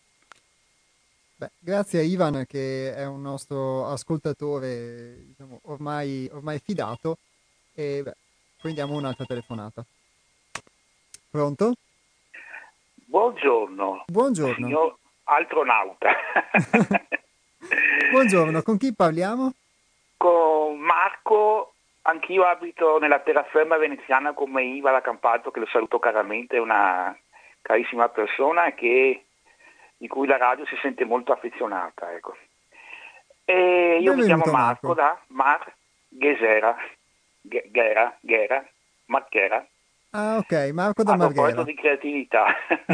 Beh, grazie a Ivan che è un nostro ascoltatore, diciamo, ormai, ormai fidato. E beh, prendiamo un'altra telefonata. Pronto? Buongiorno, Buongiorno. signor astronauta. Buongiorno, con chi parliamo? Con Marco, anch'io abito nella terraferma veneziana come Iva da Campato, che lo saluto caramente, è una carissima persona che, di cui la radio si sente molto affezionata. Ecco. E io mi chiamo Benvenuto Marco Marco. da Mar Gesera, Ge- Gera, Gera, Marchera. Ah, ok, Marco da A proposito Marghera. di creatività,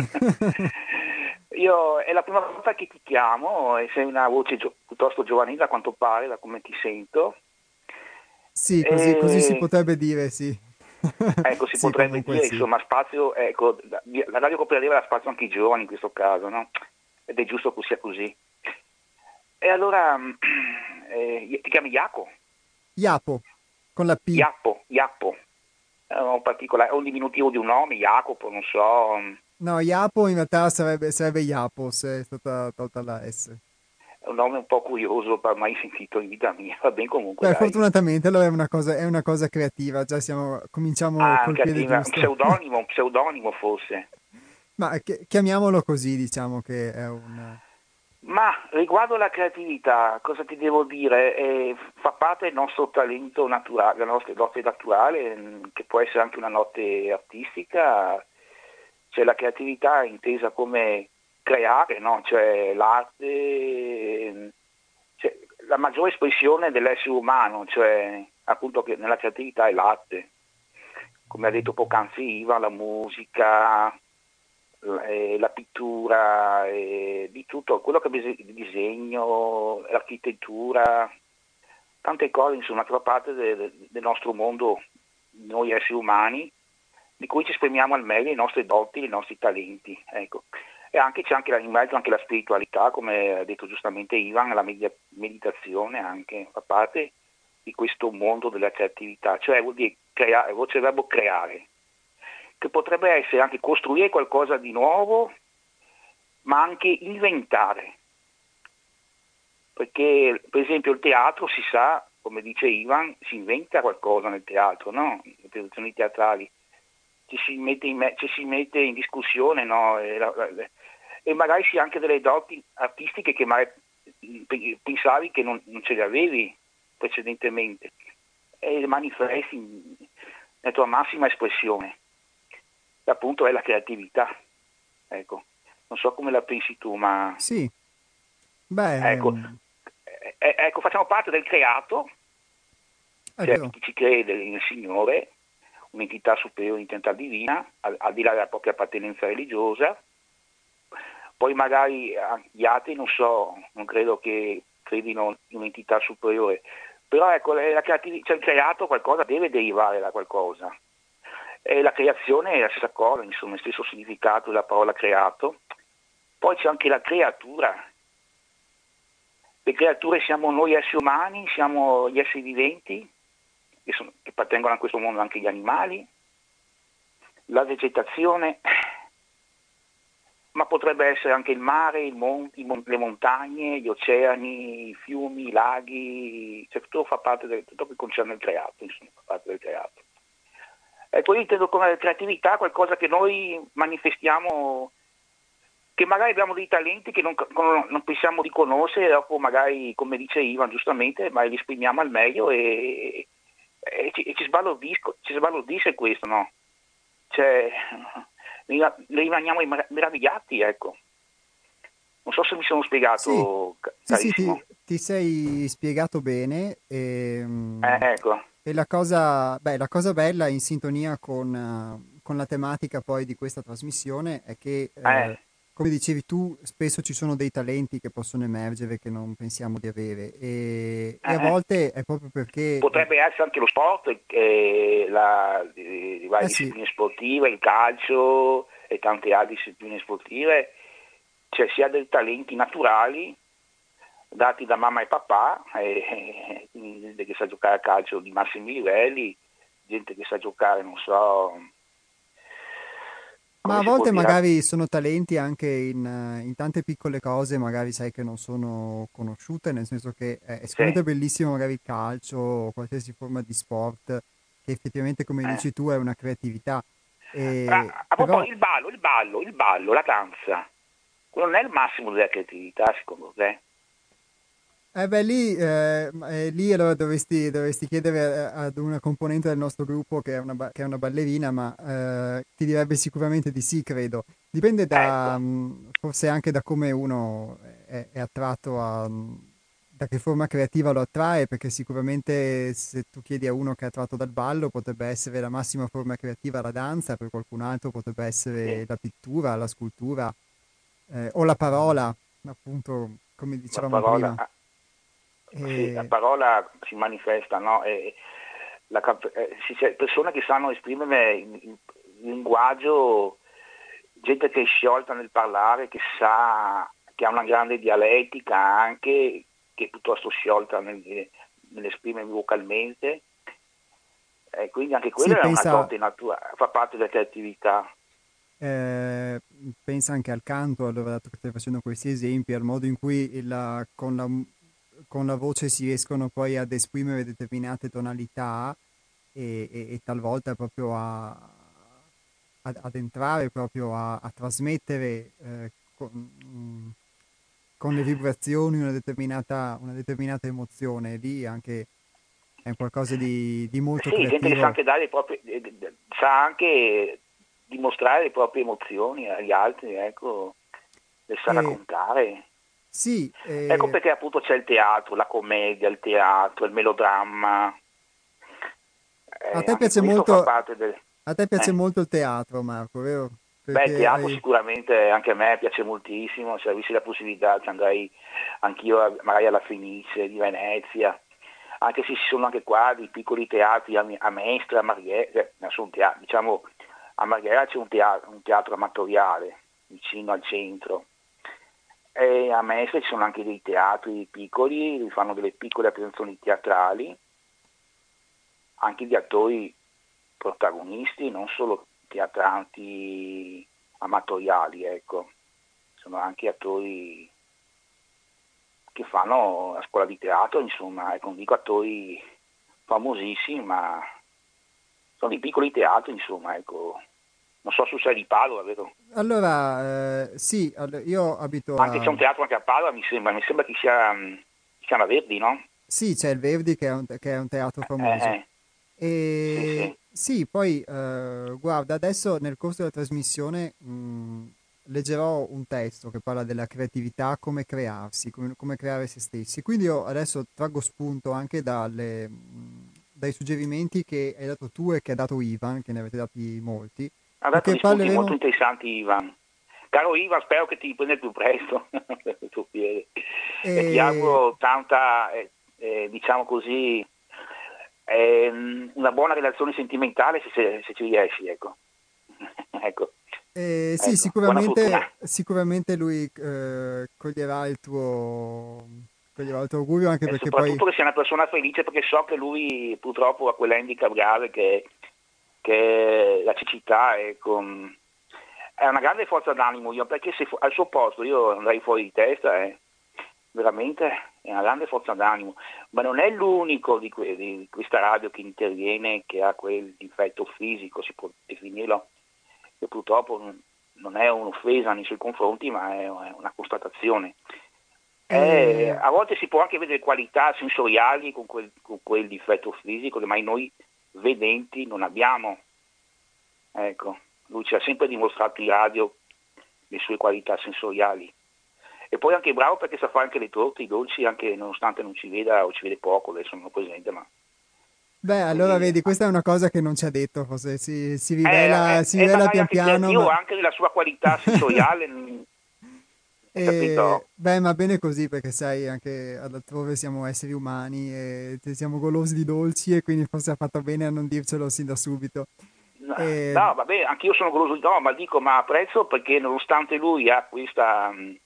io è la prima volta che ti chiamo e sei una voce gio- piuttosto giovanile a quanto pare, da come ti sento. Sì, così, così si E, potrebbe dire, sì. ecco, si Sì, potrebbe comunque dire, sì. insomma, spazio, ecco, la la radio cooperativa dà spazio anche ai giovani in questo caso, no? Ed è giusto che sia così. E allora, eh, ti chiami Iaco? Iapo, con la P. Iappo, Iappo. È un particolare, è un diminutivo di un nome, Jacopo, non so. No, Iapo in realtà sarebbe, sarebbe Iapos, è stata tolta la S. È un nome un po' curioso, per mai sentito in vita mia. Va bene comunque, Beh, dai. fortunatamente allora è una cosa, è una cosa creativa, già siamo, cominciamo Ah, col anche a piede te, un giusto. pseudonimo, un pseudonimo forse. Ma chi- chiamiamolo così, diciamo che è un... Ma riguardo alla creatività, cosa ti devo dire? Eh, fa parte del nostro talento naturale, della nostra dote naturale, mh, che può essere anche una notte artistica. Cioè la creatività è intesa come creare, no? Cioè l'arte, ehm, cioè, la maggiore espressione dell'essere umano, cioè appunto che nella creatività è l'arte. Come ha detto poc'anzi Iva, la musica, la, eh, la pittura, eh, di tutto, quello che è il disegno, l'architettura, tante cose insomma che fa parte de, de, del nostro mondo, noi esseri umani, di cui ci esprimiamo al meglio i nostri doti, i nostri talenti. Ecco. E anche c'è anche la, in mezzo anche la spiritualità, come ha detto giustamente Ivan, la media, meditazione anche fa parte di questo mondo della creatività, cioè vuol dire creare, voce il verbo creare, che potrebbe essere anche costruire qualcosa di nuovo, ma anche inventare. Perché per esempio il teatro si sa, come dice Ivan, si inventa qualcosa nel teatro, no? Le produzioni teatrali. Ci si mette in, me- ci si mette in discussione, no? E la, la, e magari si ha anche delle doti artistiche che magari pensavi che non, non ce le avevi precedentemente e le manifesti nella tua massima espressione. E appunto è la creatività. Ecco, non so come la pensi tu, ma Sì, beh, ecco, eh, ecco facciamo parte del creato, è cioè vero. chi ci crede nel Signore, un'entità superiore, un'entità divina, al, al di là della propria appartenenza religiosa. Poi magari gli atei non so, non credo che credino in un'entità superiore, però ecco, la creatività, cioè il creato qualcosa deve derivare da qualcosa. E la creazione è la stessa cosa, insomma, il stesso significato della parola creato. Poi c'è anche la creatura. Le creature siamo noi esseri umani, siamo gli esseri viventi, che, sono, che appartengono a questo mondo anche gli animali, la vegetazione, ma potrebbe essere anche il mare, il mon- i mon- le montagne, gli oceani, i fiumi, i laghi, cioè tutto fa parte del, tutto che concerne il creato, insomma, fa parte del creato. E poi intendo come creatività qualcosa che noi manifestiamo, che magari abbiamo dei talenti che non, non pensiamo di conoscere, e dopo magari, come dice Ivan giustamente, ma li esprimiamo al meglio e, e, ci, e ci, ci sbalordisce questo, no? Cioè, ne rimaniamo meravigliati, ecco. Non so se mi sono spiegato, Sì, sì, sì, carissimo. ti, ti sei spiegato bene. E, Eh, ecco. e la cosa, beh, la cosa bella in sintonia con, eh, con la tematica poi di questa trasmissione è che, Eh. eh, come dicevi tu, spesso ci sono dei talenti che possono emergere che non pensiamo di avere e, e a Eh. volte è proprio perché... Potrebbe essere anche lo sport, eh, la, le, le varie Eh sì, discipline sportive, il calcio e tante altre discipline sportive, c'è sia dei talenti naturali dati da mamma e papà, eh, quindi gente che sa giocare a calcio di massimi livelli, gente che sa giocare, non so, ma come a si può volte dire, magari sono talenti anche in, eh, in tante piccole cose, magari sai che non sono conosciute, nel senso che è, è sì, sicuramente bellissimo magari il calcio o qualsiasi forma di sport, che effettivamente, come eh. dici tu, è una creatività. E, A, a però, proposito, il ballo, il ballo, il ballo, la danza, quello non è il massimo della creatività, secondo te? eh beh, lì, eh, eh, lì allora dovresti, dovresti chiedere eh, ad una componente del nostro gruppo che è una, ba- che è una ballerina, ma eh, ti direbbe sicuramente di sì, credo. Dipende da, Ecco, mh, forse anche da come uno è, è attratto a, da che forma creativa lo attrae, perché sicuramente se tu chiedi a uno che è attratto dal ballo potrebbe essere la massima forma creativa la danza, per qualcun altro potrebbe sì, essere la pittura, la scultura eh, o la parola, appunto, come la dicevamo parola, prima. ah, sì, la E, parola si manifesta, no? E la cap- eh, sì, c'è persone che sanno esprimere in, in- in linguaggio, gente che è sciolta nel parlare, che sa, che ha una grande dialettica anche, che è piuttosto sciolta nel, nell'esprimere vocalmente, e quindi anche sì, quella è una pensa, dote naturale, fa parte della creatività. eh, pensa anche al canto, allora, dato che stai facendo questi esempi, al modo in cui il- con la, con la voce si riescono poi ad esprimere determinate tonalità e, e- e talvolta proprio a, ad, ad entrare, proprio a, a trasmettere eh, con, mm, con le vibrazioni una determinata, una determinata emozione. Lì anche è qualcosa di, di molto Sì, gente che sa creativo. anche dare le proprie, eh, eh, sa anche dimostrare le proprie emozioni agli altri, ecco, le sa E raccontare. sì, Ecco eh, perché appunto c'è il teatro, la commedia, il teatro, il melodramma, a eh, te anche piace questo fa molto, parte del... a te piace eh. molto il teatro, Marco, vero? Beh, il Perché teatro hai... sicuramente anche a me piace moltissimo, se avessi la possibilità ci andrei anch'io a- magari alla Fenice di Venezia, anche se ci sono anche qua dei piccoli teatri a, a Mestre, a Marghera, cioè, sono teatri, diciamo a Marghera c'è un teatro, un teatro amatoriale vicino al centro e a Mestre ci sono anche dei teatri piccoli, fanno delle piccole presentazioni teatrali, anche di attori protagonisti, non solo teatranti amatoriali, ecco, sono anche attori che fanno la scuola di teatro, insomma, ecco, non dico attori famosissimi, ma sono dei piccoli teatri, insomma, ecco, Non so se sei di Padova, vero? Allora, eh, sì, all- io abito Anche a... c'è un teatro anche a Padova, mi sembra, mi sembra che sia, mh, si chiama Verdi, no? Sì, c'è il Verdi che è un, che è un teatro Eh, famoso. eh, sì, E sì. sì, poi eh, guarda, adesso nel corso della trasmissione mh, leggerò un testo che parla della creatività, come crearsi, come, come creare se stessi. Quindi io adesso traggo spunto anche dalle, mh, dai suggerimenti che hai dato tu e che ha dato Ivan, che ne avete dati molti, Ha dato perché degli spunti molto parleremo... interessanti, Ivan. Caro Ivan, spero che ti riprenda il più presto per il tuo piede. E ti E, auguro tanta, eh, eh, diciamo così, ehm, una buona relazione sentimentale se, se- se ci riesci, ecco. Ecco, e sì, ecco, buona fortuna. sicuramente, sicuramente lui eh, coglierà il tuo, coglierà il tuo augurio, anche E perché poi... soprattutto che sia una persona felice, perché so che lui purtroppo ha quell'handicap grave che, che è la cecità, ecco. È una grande forza d'animo, io, perché se fu- al suo posto io andrei fuori di testa, eh. Veramente è una grande forza d'animo, ma non è l'unico di, que- di questa radio che interviene che ha quel difetto fisico, si può definirlo, che purtroppo non non è un'offesa nei suoi confronti, ma è è una constatazione. Eh, E, a volte si può anche vedere qualità sensoriali con quel, con quel difetto fisico che mai noi vedenti non abbiamo. Ecco, lui ci ha sempre dimostrato in radio le sue qualità sensoriali. E poi anche bravo perché sa fare anche le torte, i dolci, anche nonostante non ci veda o ci vede poco, adesso non ho presente, ma beh, allora così. vedi, questa è una cosa che non ci ha detto, forse si, si Eh, rivela, eh, si e rivela magari pian anche piano, creativo, ma... anche nella sua qualità sensoriale, mh, hai E, capito? beh, ma bene così, perché sai, anche altrove siamo esseri umani e te- siamo golosi di dolci e quindi forse ha fatto bene a non dircelo sin da subito. No, E, no, vabbè, anch'io sono goloso di no, ma dico, ma apprezzo perché nonostante lui ha questa, mh,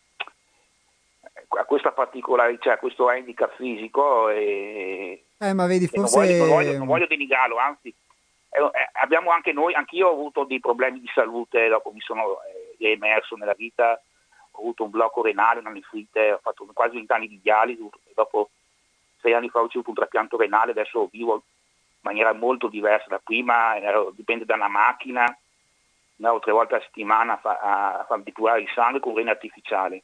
ha questa particolarità, cioè questo handicap fisico e, eh, ma vedi, e non, voglio, non, voglio, forse... non voglio denigrarlo, anzi, eh, eh, abbiamo anche noi, anch'io ho avuto dei problemi di salute, dopo mi sono eh, emerso nella vita, ho avuto un blocco renale, una nefrite, ho fatto quasi venti anni di dialisi, dopo sei anni fa ho ricevuto un trapianto renale, adesso vivo in maniera molto diversa da prima, ero, dipende da una macchina, andavo tre volte a settimana a, fa, a farmi depurare il sangue con rene artificiale.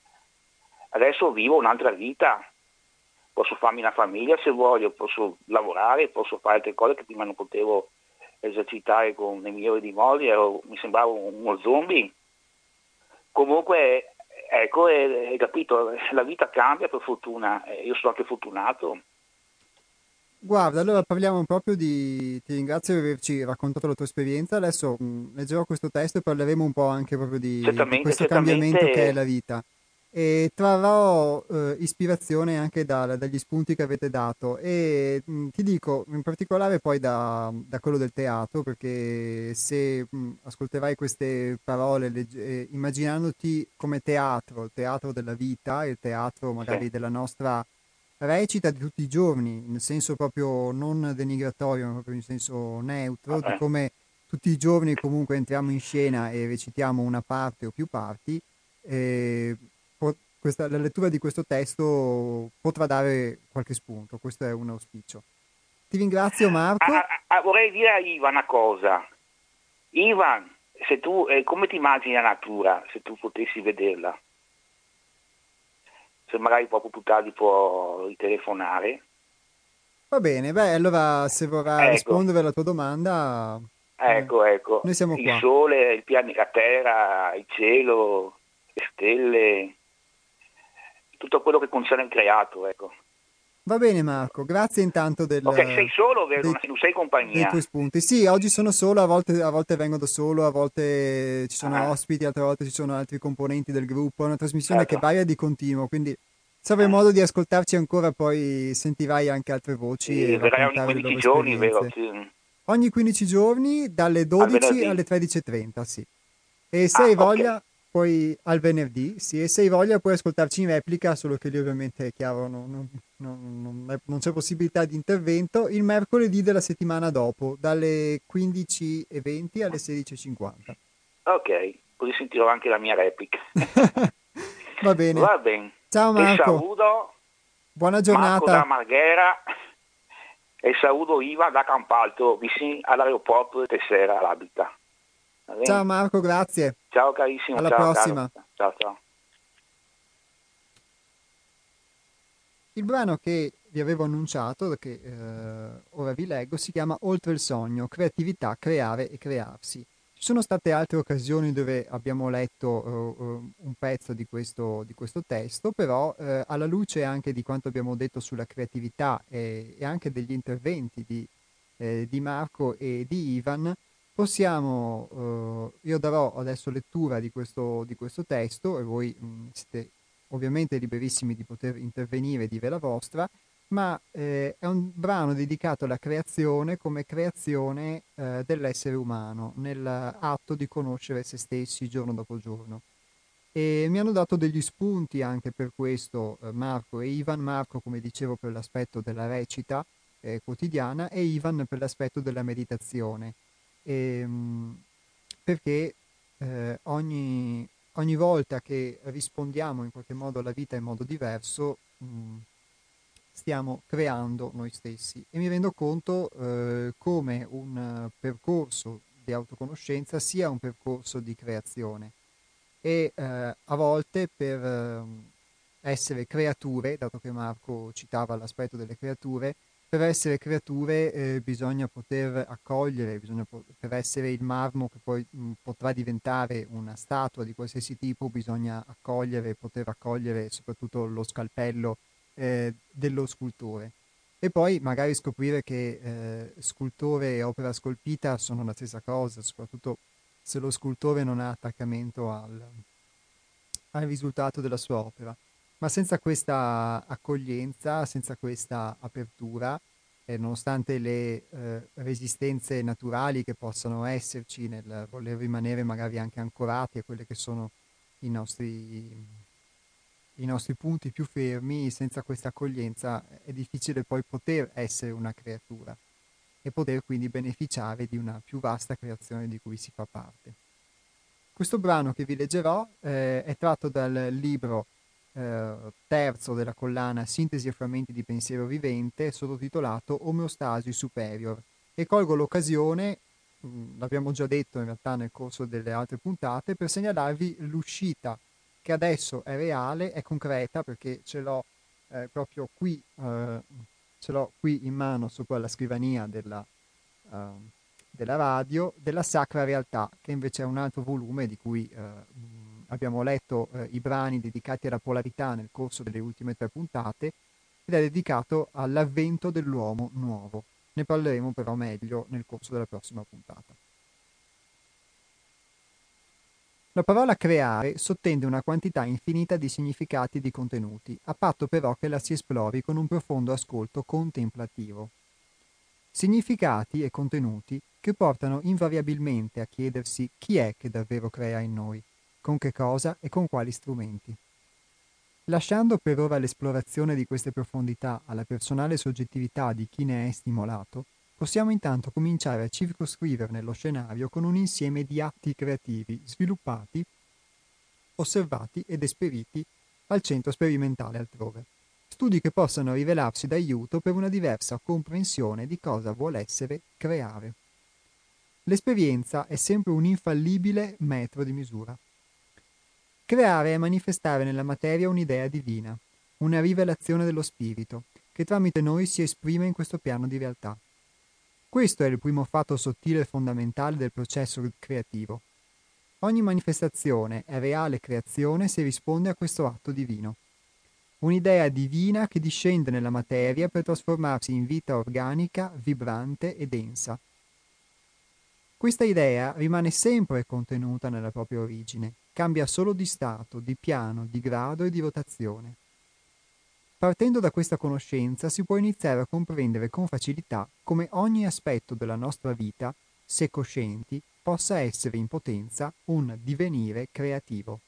Adesso vivo un'altra vita, posso farmi una famiglia se voglio, posso lavorare, posso fare altre cose che prima non potevo esercitare con nei migliori dei modi, ero, mi sembravo uno zombie. Comunque, ecco, hai capito, la vita cambia per fortuna, io sono anche fortunato. Guarda, allora parliamo proprio di... Ti ringrazio di averci raccontato la tua esperienza. Adesso mh, leggerò questo testo e parleremo un po' anche proprio di, di Certamente, questo cambiamento che è certamente, la vita. E trarrò eh, ispirazione anche da- dagli spunti che avete dato e mh, ti dico in particolare poi da, da quello del teatro, perché se mh, ascolterai queste parole legge- eh, immaginandoti come teatro, il teatro della vita, il teatro sì, magari della nostra recita di tutti i giorni, nel senso proprio non denigratorio, ma proprio in senso neutro, di vabbè. come tutti i giorni comunque entriamo in scena e recitiamo una parte o più parti, eh, po- questa- la lettura di questo testo potrà dare qualche spunto, questo è un auspicio. Ti ringrazio Ah, Marco. ah, ah, vorrei dire a Ivan una cosa. Ivan, se tu, eh, come ti immagini la natura se tu potessi vederla? Se magari proprio più tardi può ritelefonare. Va bene, beh, allora se vorrà Ecco, rispondere alla tua domanda, eh, ecco, ecco. noi siamo Il qua. sole, il pian- la terra, il cielo, le stelle, tutto quello che concerne il creato, ecco. Va bene Marco, grazie intanto Ok, sei del, solo, vero? dei, Non sei dei compagnia. tuoi spunti. Sì, oggi sono solo, a volte, a volte vengo da solo, a volte ci sono Ah, ospiti, altre volte ci sono altri componenti del gruppo. È una trasmissione che certo. varia di continuo, quindi se avrai Eh, modo di ascoltarci ancora poi sentirai anche altre voci sì, e verrai ogni raccontare le quindici loro giorni, vero? esperienze. Sì. Ogni quindici giorni dalle Al dodici venerdì. alle tredici e trenta, sì. E se Ah, hai ok. voglia, poi al venerdì, sì, e se hai voglia puoi ascoltarci in replica, solo che lì ovviamente è chiaro, non, non- non- non è- non c'è possibilità di intervento, il mercoledì della settimana dopo, dalle quindici e venti alle sedici e cinquanta. Ok, così sentirò anche la mia replica. Va bene. Va bene. Ciao Te Marco, saluto, buona Marco da giornata. Marghera, e saluto Iva da Campalto, vicino all'aeroporto di Tessera, l'abita. Va bene? Ciao Marco, grazie. Ciao carissimo, Alla ciao prossima. caro. Ciao ciao. Il brano che vi avevo annunciato, che eh, ora vi leggo, si chiama Oltre il sogno, creatività, creare e crearsi. Ci sono state altre occasioni dove abbiamo letto eh, eh, un pezzo di questo, di questo testo, però eh, alla luce anche di quanto abbiamo detto sulla creatività e, e anche degli interventi di, eh, di Marco e di Ivan, possiamo, eh, io darò adesso lettura di questo, di questo testo e voi mh, siete ovviamente liberissimi di poter intervenire e dire la vostra, ma eh, è un brano dedicato alla creazione come creazione eh, dell'essere umano, nell'atto di conoscere se stessi giorno dopo giorno. E mi hanno dato degli spunti anche per questo eh, Marco e Ivan. Marco, come dicevo, per l'aspetto della recita eh, quotidiana e Ivan per l'aspetto della meditazione. E, mh, perché eh, ogni, ogni volta che rispondiamo in qualche modo alla vita in modo diverso, mh, stiamo creando noi stessi. E mi rendo conto eh, come un eh, percorso di autoconoscenza sia un percorso di creazione e eh, a volte per eh, essere creature, dato che Marco citava l'aspetto delle creature, per essere creature eh, bisogna poter accogliere, bisogna po- per essere il marmo che poi mh, potrà diventare una statua di qualsiasi tipo, bisogna accogliere, poter accogliere soprattutto lo scalpello eh, dello scultore. E poi magari scoprire che eh, scultore e opera scolpita sono la stessa cosa, soprattutto se lo scultore non ha attaccamento al, al risultato della sua opera. Ma senza questa accoglienza, senza questa apertura, eh, nonostante le eh, resistenze naturali che possano esserci nel voler rimanere magari anche ancorati a quelli che sono i nostri, i nostri punti più fermi, senza questa accoglienza è difficile poi poter essere una creatura e poter quindi beneficiare di una più vasta creazione di cui si fa parte. Questo brano che vi leggerò eh, è tratto dal libro eh, terzo della collana Sintesi e frammenti di pensiero vivente, sottotitolato Omeostasi Superior, e colgo l'occasione, mh, l'abbiamo già detto in realtà nel corso delle altre puntate, per segnalarvi l'uscita che adesso è reale, è concreta perché ce l'ho eh, proprio qui, eh, ce l'ho qui in mano sopra la scrivania della, uh, della radio, della Sacra Realtà, che invece è un altro volume di cui eh, mh, abbiamo letto eh, i brani dedicati alla polarità nel corso delle ultime tre puntate ed è dedicato all'avvento dell'uomo nuovo. Ne parleremo però meglio nel corso della prossima puntata. La parola creare sottende una quantità infinita di significati e di contenuti, a patto però che la si esplori con un profondo ascolto contemplativo. Significati e contenuti che portano invariabilmente a chiedersi chi è che davvero crea in noi, con che cosa e con quali strumenti. Lasciando per ora l'esplorazione di queste profondità alla personale soggettività di chi ne è stimolato, possiamo intanto cominciare a circoscriverne lo scenario con un insieme di atti creativi sviluppati, osservati ed esperiti al centro sperimentale altrove. Studi che possano rivelarsi d'aiuto per una diversa comprensione di cosa vuol essere creare. L'esperienza è sempre un infallibile metro di misura. Creare è manifestare nella materia un'idea divina, una rivelazione dello spirito, che tramite noi si esprime in questo piano di realtà. Questo è il primo fatto sottile e fondamentale del processo creativo. Ogni manifestazione è reale creazione se risponde a questo atto divino. Un'idea divina che discende nella materia per trasformarsi in vita organica, vibrante e densa. Questa idea rimane sempre contenuta nella propria origine, cambia solo di stato, di piano, di grado e di rotazione. Partendo da questa conoscenza si può iniziare a comprendere con facilità come ogni aspetto della nostra vita, se coscienti, possa essere in potenza un divenire creativo.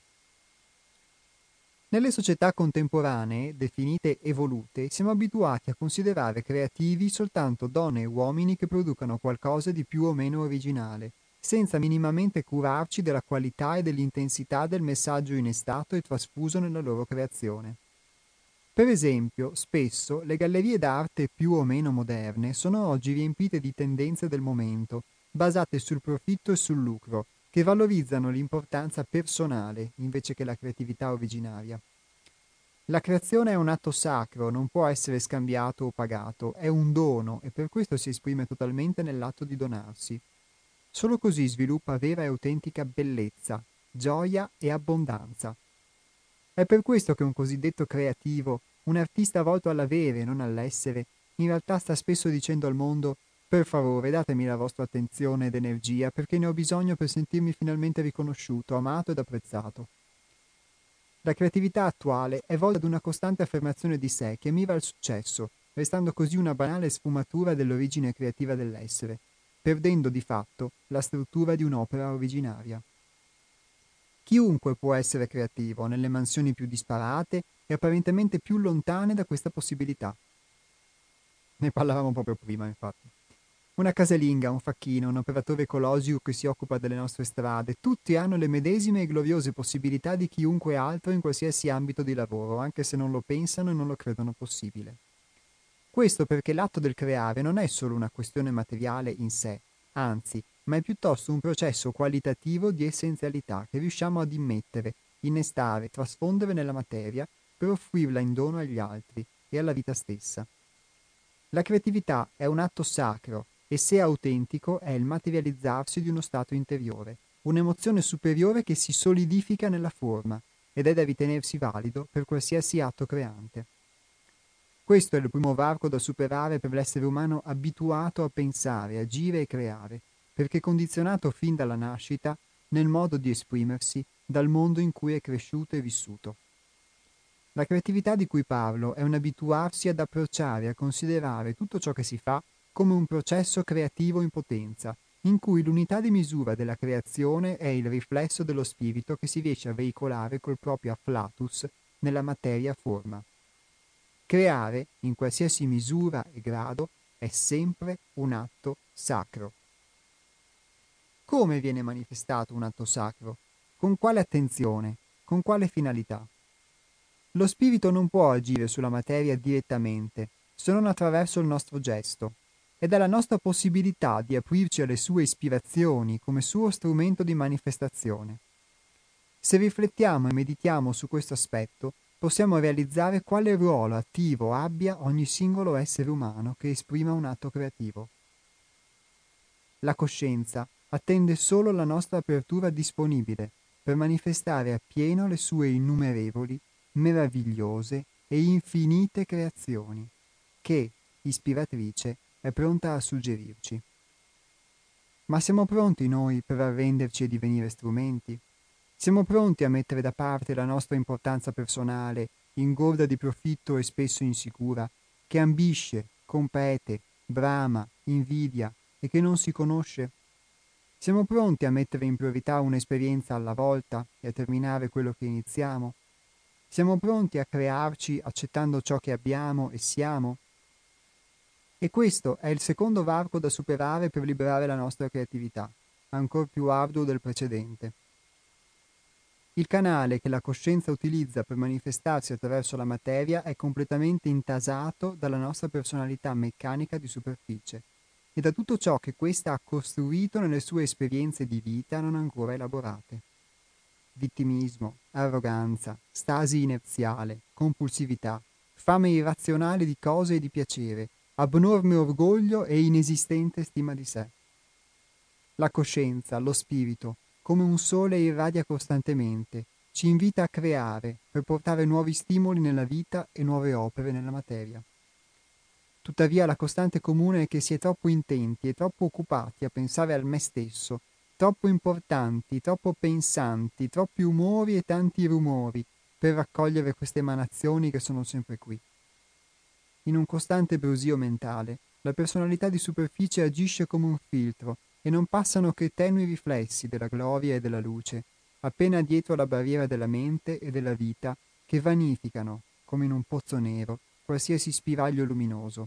Nelle società contemporanee, definite evolute, siamo abituati a considerare creativi soltanto donne e uomini che producano qualcosa di più o meno originale, senza minimamente curarci della qualità e dell'intensità del messaggio innestato e trasfuso nella loro creazione. Per esempio, spesso le gallerie d'arte più o meno moderne sono oggi riempite di tendenze del momento, basate sul profitto e sul lucro, che valorizzano l'importanza personale invece che la creatività originaria. La creazione è un atto sacro, non può essere scambiato o pagato, è un dono e per questo si esprime totalmente nell'atto di donarsi. Solo così sviluppa vera e autentica bellezza, gioia e abbondanza. È per questo che un cosiddetto creativo, un artista volto all'avere, non all'essere, in realtà sta spesso dicendo al mondo: per favore, datemi la vostra attenzione ed energia, perché ne ho bisogno per sentirmi finalmente riconosciuto, amato ed apprezzato. La creatività attuale è volta ad una costante affermazione di sé che mira al successo, restando così una banale sfumatura dell'origine creativa dell'essere, perdendo di fatto la struttura di un'opera originaria. Chiunque può essere creativo, nelle mansioni più disparate e apparentemente più lontane da questa possibilità. Ne parlavamo proprio prima, infatti. Una casalinga, un facchino, un operatore ecologico che si occupa delle nostre strade, tutti hanno le medesime e gloriose possibilità di chiunque altro in qualsiasi ambito di lavoro, anche se non lo pensano e non lo credono possibile. Questo perché l'atto del creare non è solo una questione materiale in sé, anzi, ma è piuttosto un processo qualitativo di essenzialità che riusciamo ad immettere, innestare, trasfondere nella materia per offrirla in dono agli altri e alla vita stessa. La creatività è un atto sacro e, se autentico, è il materializzarsi di uno stato interiore, un'emozione superiore che si solidifica nella forma ed è da ritenersi valido per qualsiasi atto creante. Questo è il primo varco da superare per l'essere umano abituato a pensare, agire e creare, perché condizionato fin dalla nascita nel modo di esprimersi dal mondo in cui è cresciuto e vissuto. La creatività di cui parlo è un abituarsi ad approcciare e a considerare tutto ciò che si fa come un processo creativo in potenza, in cui l'unità di misura della creazione è il riflesso dello spirito che si riesce a veicolare col proprio afflatus nella materia forma. Creare, in qualsiasi misura e grado, è sempre un atto sacro. Come viene manifestato un atto sacro? Con quale attenzione? Con quale finalità? Lo spirito non può agire sulla materia direttamente, se non attraverso il nostro gesto. Ed è la nostra possibilità di aprirci alle sue ispirazioni come suo strumento di manifestazione. Se riflettiamo e meditiamo su questo aspetto, possiamo realizzare quale ruolo attivo abbia ogni singolo essere umano che esprima un atto creativo. La coscienza attende solo la nostra apertura disponibile per manifestare appieno le sue innumerevoli, meravigliose e infinite creazioni, che, ispiratrice, è pronta a suggerirci. Ma siamo pronti noi per arrenderci e divenire strumenti? Siamo pronti a mettere da parte la nostra importanza personale, ingorda di profitto e spesso insicura, che ambisce, compete, brama, invidia e che non si conosce? Siamo pronti a mettere in priorità un'esperienza alla volta e a terminare quello che iniziamo? Siamo pronti a crearci accettando ciò che abbiamo e siamo? E questo è il secondo varco da superare per liberare la nostra creatività, ancor più arduo del precedente. Il canale che la coscienza utilizza per manifestarsi attraverso la materia è completamente intasato dalla nostra personalità meccanica di superficie e da tutto ciò che questa ha costruito nelle sue esperienze di vita non ancora elaborate. Vittimismo, arroganza, stasi inerziale, compulsività, fame irrazionale di cose e di piacere, abnorme orgoglio e inesistente stima di sé. La coscienza, lo spirito, come un sole irradia costantemente, ci invita a creare per portare nuovi stimoli nella vita e nuove opere nella materia. Tuttavia la costante comune è che si è troppo intenti e troppo occupati a pensare al me stesso, troppo importanti, troppo pensanti, troppi umori e tanti rumori per raccogliere queste emanazioni che sono sempre qui. In un costante brusio mentale, la personalità di superficie agisce come un filtro e non passano che tenui riflessi della gloria e della luce, appena dietro la barriera della mente e della vita, che vanificano, come in un pozzo nero, qualsiasi spiraglio luminoso.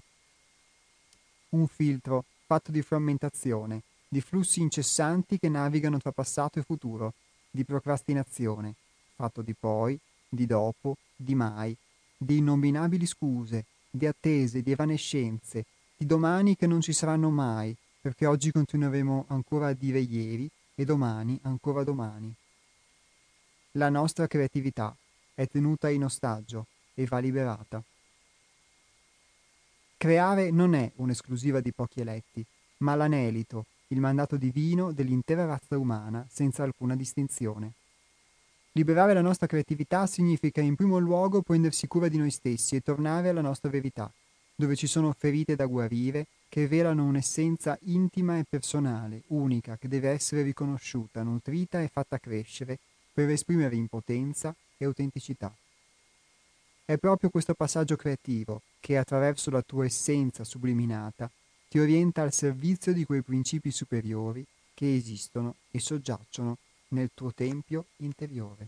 Un filtro fatto di frammentazione, di flussi incessanti che navigano tra passato e futuro, di procrastinazione, fatto di poi, di dopo, di mai, di innominabili scuse, di attese, di evanescenze, di domani che non ci saranno mai, perché oggi continueremo ancora a dire ieri e e domani ancora domani. La nostra creatività è tenuta in ostaggio e va liberata. Creare non è un'esclusiva di pochi eletti, ma l'anelito, il mandato divino dell'intera razza umana senza alcuna distinzione. Liberare la nostra creatività significa in primo luogo prendersi cura di noi stessi e tornare alla nostra verità, dove ci sono ferite da guarire che velano un'essenza intima e personale, unica, che deve essere riconosciuta, nutrita e fatta crescere per esprimere impotenza e autenticità. È proprio questo passaggio creativo che, attraverso la tua essenza subliminata, ti orienta al servizio di quei principi superiori che esistono e soggiacciono nel tuo tempio interiore.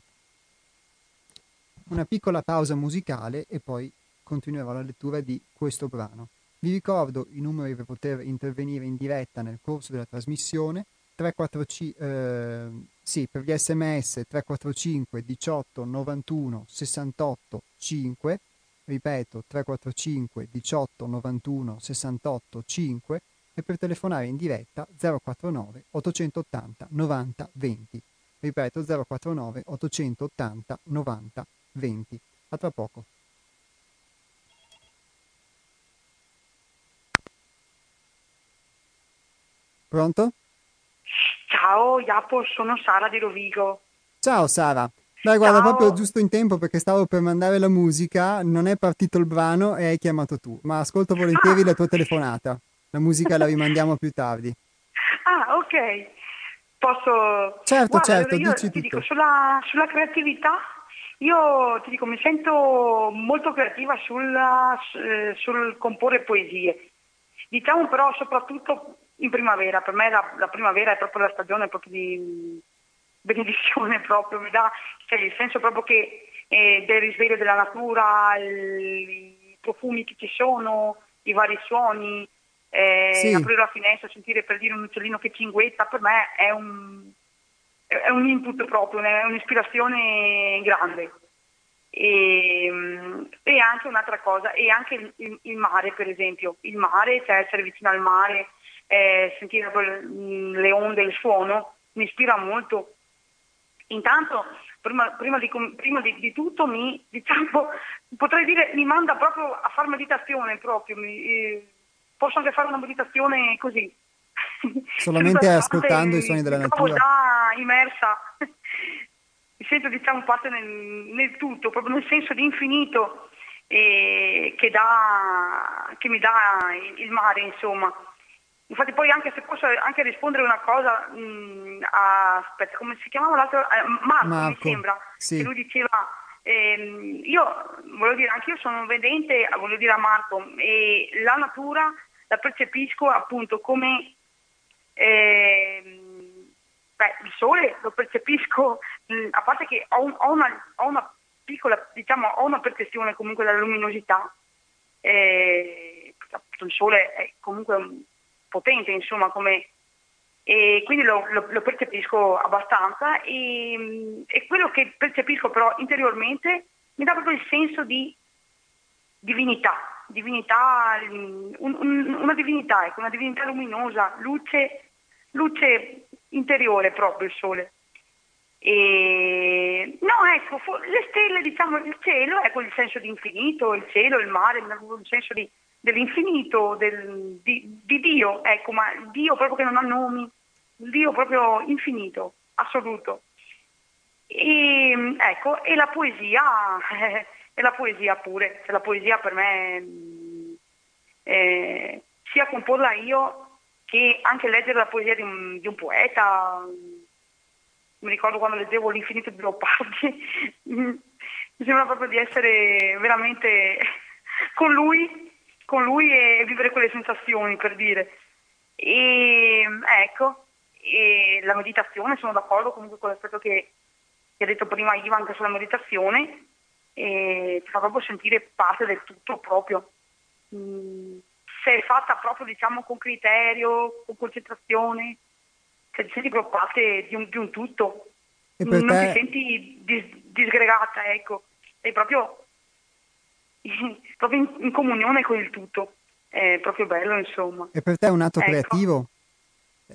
Una piccola pausa musicale e poi continuerò la lettura di questo brano. Vi ricordo i numeri per poter intervenire in diretta nel corso della trasmissione. tre quattro cinque, eh, sì, per gli sms tre quattro cinque diciotto novantuno sessantotto cinque, ripeto tre quattro cinque diciotto novantuno sessantotto cinque, e per telefonare in diretta zero quattro nove ottocentottanta novanta venti, ripeto zero quattro nove ottocentottanta novanta venti. A tra poco. Pronto? Ciao Japo, sono Sara di Rovigo. Ciao Sara. Dai, guarda, Ciao. proprio giusto in tempo perché stavo per mandare la musica, non è partito il brano e hai chiamato tu, ma ascolto volentieri Ah. la tua telefonata. La musica la rimandiamo più tardi. Ah, ok. Posso... Certo, Guarda, certo, allora io dici ti tutto. dico, sulla, sulla creatività, io ti dico, mi sento molto creativa sulla, s- sul comporre poesie. Diciamo però soprattutto in primavera, per me la, la primavera è proprio la stagione proprio di benedizione proprio, mi dà cioè, il senso proprio che eh, del risveglio della natura, il- i profumi che ci sono, i vari suoni, eh, Sì, aprire la finestra, sentire per dire un uccellino che cinguetta, per me è un, è un input proprio, è un'ispirazione grande. E, e anche un'altra cosa, e anche il, il- il mare per esempio, il mare, cioè essere vicino al mare, eh, sentire quel- le onde, il suono, mi ispira molto. Intanto, prima, prima, di, com- prima di, di tutto, mi, diciamo, potrei dire, mi manda proprio a fare meditazione proprio, mi, eh, posso anche fare una meditazione così, seduta solamente stante, ascoltando i suoni mi, della mi trovo natura. già immersa, mi sento diciamo parte nel, nel tutto, proprio nel senso di infinito eh, che, dà, che mi dà il, il mare, insomma. Infatti poi anche se posso anche rispondere una cosa, mh, a, aspetta, come si chiamava l'altro? Eh, Marco, mi Marco, sembra, che sì, lui diceva, ehm, io voglio dire, anche io sono vedente, voglio dire a Marco, e la natura la percepisco appunto come, ehm, beh, il sole lo percepisco, mh, a parte che ho, un- ho una, ho una piccola, diciamo, ho una percezione comunque della luminosità, eh, il sole è comunque un- potente, insomma, come, e quindi lo, lo- lo percepisco abbastanza e, e quello che percepisco però interiormente mi dà proprio il senso di divinità, divinità, un- un- una divinità, ecco, una divinità luminosa, luce, luce interiore proprio il sole. E no, ecco, fo- le stelle, diciamo, il cielo, ecco il senso di infinito, il cielo, il mare, il il senso di- dell'infinito, del- di, di Dio, ecco, ma Dio proprio che non ha nomi, il Dio proprio infinito, assoluto. E, ecco, e la poesia, eh, e la poesia pure, cioè, la poesia per me, mh, eh, sia comporla io che anche leggere la poesia di un, di un poeta. Mi ricordo quando leggevo L'infinito di Leopardi, mi sembra proprio di essere veramente con lui, con lui e vivere quelle sensazioni, per dire. E ecco, e la meditazione, sono d'accordo comunque con l'aspetto che, che ha detto prima Ivan anche sulla meditazione, e ti fa proprio sentire parte del tutto proprio. Mm, se è fatta proprio diciamo con criterio, con concentrazione, cioè ti senti proprio parte di un, di un tutto, e per non ti te, senti dis- disgregata, ecco, sei proprio, proprio in, in comunione con il tutto, è proprio bello insomma. e per te è un atto Ecco. creativo? È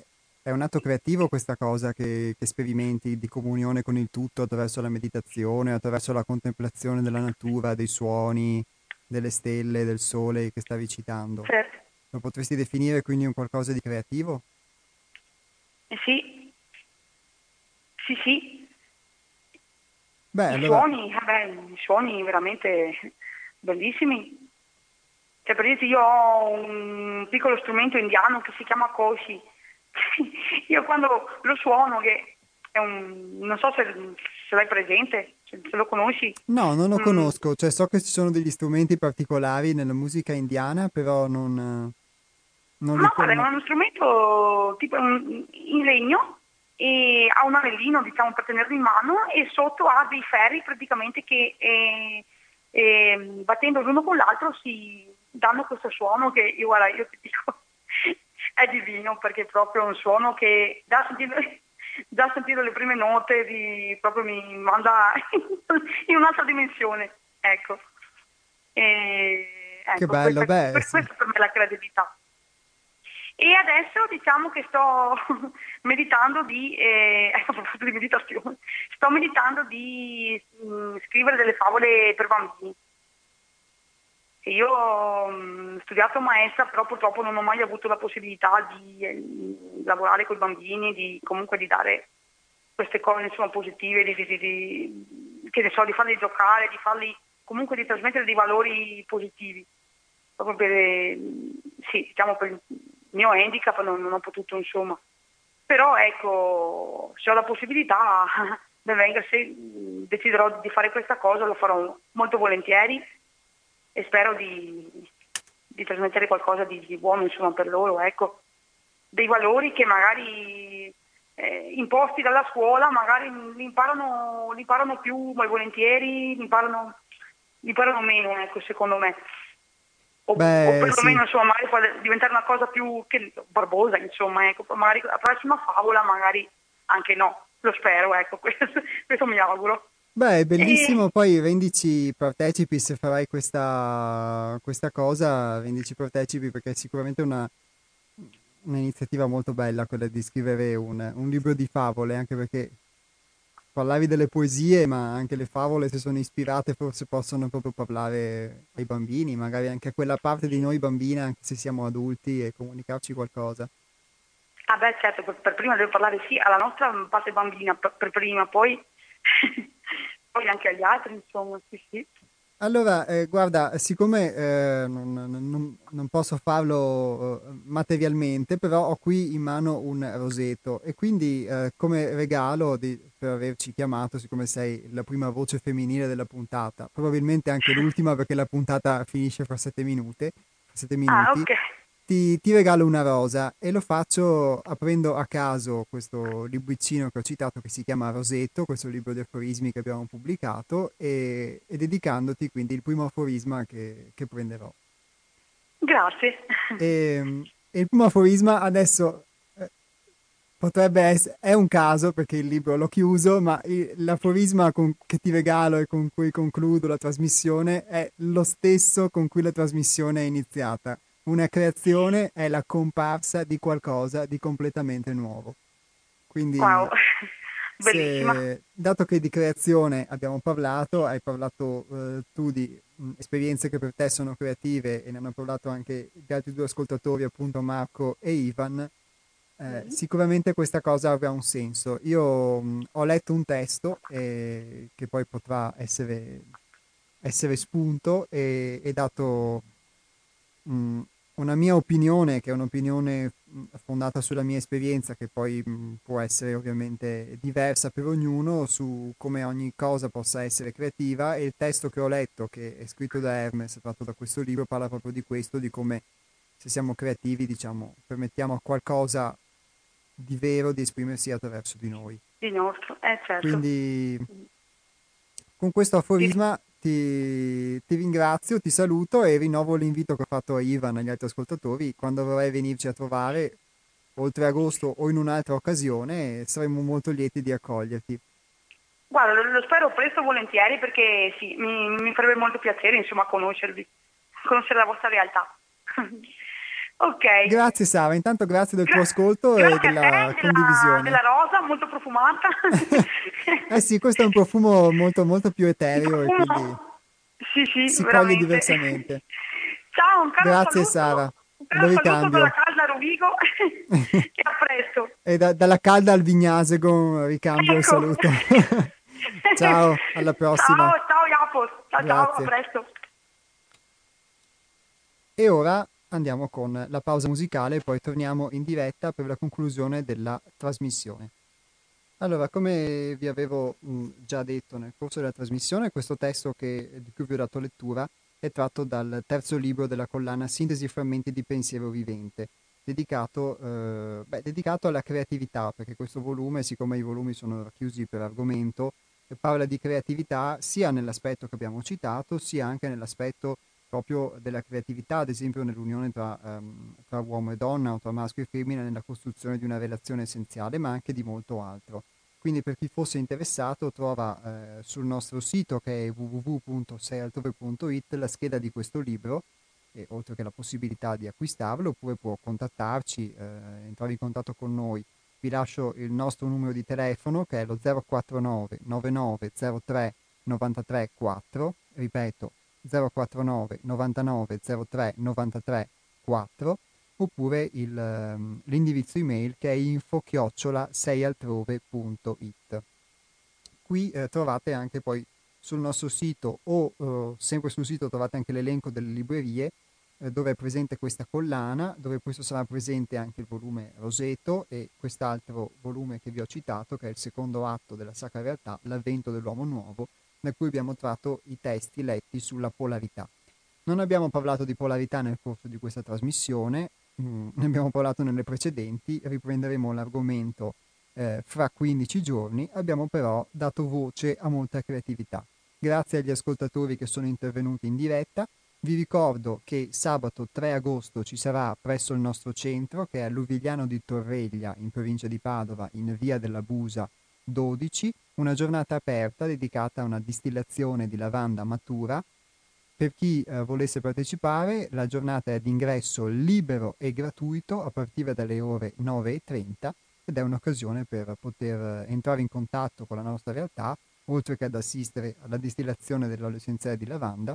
è un atto creativo questa cosa che, che sperimenti di comunione con il tutto attraverso la meditazione, attraverso la contemplazione della natura, dei suoni, delle stelle, del sole che stavi citando. Certo. Lo potresti definire quindi un qualcosa di creativo? Eh sì, sì, sì. Beh, I allora, suoni, vabbè, i suoni veramente bellissimi. Cioè, per dirti, io ho un piccolo strumento indiano che si chiama koshi. Io quando lo suono, che è un, non so se, se l'hai presente, se, se lo conosci. no, non lo Mm, conosco, cioè so che ci sono degli strumenti particolari nella musica indiana, però non, eh, non li ma guarda, è conosco. uno strumento tipo un- in legno e ha un anellino, diciamo, per tenerlo in mano e sotto ha dei ferri praticamente che eh, eh, battendo l'uno con l'altro si danno questo suono che io, guarda, io ti dico, è divino perché è proprio un suono che già sentire, già sentire le prime note di, proprio mi manda in un'altra dimensione, ecco. E, Che ecco, bello, questa, beh, sì. questa per me è la creatività. E adesso diciamo che sto meditando di, eh, a proposito di meditazione, sto meditando di mh, scrivere delle favole per bambini. E io ho mh, studiato maestra, però purtroppo non ho mai avuto la possibilità di eh, lavorare con i bambini, di comunque di dare queste cose insomma positive, di, di, di, di- che ne so, di farli giocare, di farli comunque di trasmettere dei valori positivi. Proprio per, eh, sì, diciamo per il mio handicap non, non ho potuto insomma. Però ecco, se ho la possibilità, ben venga, se deciderò di fare questa cosa lo farò molto volentieri e spero di, di trasmettere qualcosa di, di buono insomma per loro, ecco, dei valori che magari eh, imposti dalla scuola magari li imparano, li imparano più ma volentieri, li imparano, li imparano meno, ecco, secondo me. O, o Beh, sì. perlomeno insomma magari può diventare una cosa più che, barbosa, insomma, ecco, magari la prossima favola magari anche no, lo spero, ecco, questo, questo mi auguro. Beh, è E, bellissimo, poi rendici partecipi se farai questa, questa cosa, rendici partecipi perché è sicuramente una, un'iniziativa molto bella quella di scrivere un, un libro di favole, anche perché parlavi delle poesie, ma anche le favole, se sono ispirate, forse possono proprio parlare ai bambini, magari anche a quella parte di noi bambina, anche se siamo adulti, e comunicarci qualcosa. ah beh certo, per, per prima devo parlare sì alla nostra parte bambina, per, per prima, poi, poi anche agli altri, insomma, sì sì. Allora, eh, guarda, siccome eh, non, non- non posso farlo eh, materialmente, però ho qui in mano un roseto e quindi eh, come regalo di- per averci chiamato, siccome sei la prima voce femminile della puntata, probabilmente anche l'ultima perché la puntata finisce fra sette minuti, sette Ah minuti, ok, ti, ti regalo una rosa e lo faccio aprendo a caso questo libricino che ho citato che si chiama Rosetto, questo libro di aforismi che abbiamo pubblicato e, e dedicandoti quindi il primo aforisma che, che prenderò. grazie. E, e il primo aforisma adesso eh, potrebbe essere, è un caso perché il libro l'ho chiuso, ma il- l'aforisma con- che ti regalo e con cui concludo la trasmissione è lo stesso con cui la trasmissione è iniziata. Una creazione è la comparsa di qualcosa di completamente nuovo. Quindi, Wow, bellissima. se, dato che di creazione abbiamo parlato, hai parlato eh, tu di mh, esperienze che per te sono creative e ne hanno parlato anche gli altri due ascoltatori, appunto Marco e Ivan, eh, Mhm. sicuramente questa cosa avrà un senso. Io mh, ho letto un testo eh, che poi potrà essere, essere spunto e, e dato mh, una mia opinione, che è un'opinione mh, fondata sulla mia esperienza, che poi mh, può essere ovviamente diversa per ognuno, su come ogni cosa possa essere creativa. E il testo che ho letto, che è scritto da Hermes, tratto da questo libro, parla proprio di questo, di come se siamo creativi, diciamo, permettiamo a qualcosa di vero di esprimersi attraverso di noi. Di nostro, eh certo. Quindi con questo Di- aforisma ti, ti ringrazio, ti saluto e rinnovo l'invito che ho fatto a Ivan e agli altri ascoltatori. Quando vorrai venirci a trovare, oltre agosto o in un'altra occasione, saremo molto lieti di accoglierti. Guarda, lo, lo spero presto volentieri perché sì, mi, mi farebbe molto piacere insomma conoscervi, conoscere la vostra realtà. Ok. Grazie Sara, intanto grazie del tuo Gra- ascolto e grazie della a te, della, condivisione. della rosa, molto profumata. Eh sì, questo è un profumo molto molto più Un etereo e quindi profumo. Sì, sì, si coglie veramente. diversamente. Ciao, un caro Grazie Sara, saluto, un lo caro saluto dalla ricambio. calda Rovigo e a presto. E da- dalla calda al Vignasego ricambio il Ecco. saluto. Ciao, alla prossima. Ciao, ciao Iapos. Ciao, ciao, a Grazie. presto. E ora andiamo con la pausa musicale e poi torniamo in diretta per la conclusione della trasmissione. Allora, come vi avevo mh, già detto nel corso della trasmissione, questo testo che, di cui vi ho dato lettura è tratto dal terzo libro della collana Sintesi e frammenti di pensiero vivente, dedicato, eh, beh, dedicato alla creatività, perché questo volume, siccome i volumi sono racchiusi per argomento, eh, parla di creatività sia nell'aspetto che abbiamo citato, sia anche nell'aspetto proprio della creatività, ad esempio nell'unione tra, ehm, tra uomo e donna o tra maschio e femmina nella costruzione di una relazione essenziale, ma anche di molto altro. Quindi per chi fosse interessato trova eh, sul nostro sito, che è w w w punto sei altrove punto i t, la scheda di questo libro, e oltre che la possibilità di acquistarlo, oppure può contattarci, eh, entrare in contatto con noi. Vi lascio il nostro numero di telefono, che è lo zero quattro nove nove nove zero tre nove tre quattro, ripeto zero quattro nove novantanove zero tre novantatré quattro, oppure il, ehm, l'indirizzo email, che è info chiocciola sei altrove punto i t. Qui eh, trovate anche poi sul nostro sito o eh, sempre sul sito trovate anche l'elenco delle librerie eh, dove è presente questa collana, dove questo sarà presente anche il volume Roseto e quest'altro volume che vi ho citato, che è il secondo atto della Sacra Realtà, L'avvento dell'uomo nuovo, da cui abbiamo tratto i testi letti sulla polarità. Non abbiamo parlato di polarità nel corso di questa trasmissione, mm, ne abbiamo parlato nelle precedenti, riprenderemo l'argomento eh, fra quindici giorni, abbiamo però dato voce a molta creatività. Grazie agli ascoltatori che sono intervenuti in diretta. Vi ricordo che sabato tre agosto ci sarà presso il nostro centro, che è a Luvigliano di Torreglia, in provincia di Padova, in via della Busa dodici, una giornata aperta dedicata a una distillazione di lavanda matura. Per chi eh, volesse partecipare, la giornata è di ingresso libero e gratuito a partire dalle ore nove e trenta ed è un'occasione per poter eh, entrare in contatto con la nostra realtà, oltre che ad assistere alla distillazione dell'olio essenziale di lavanda,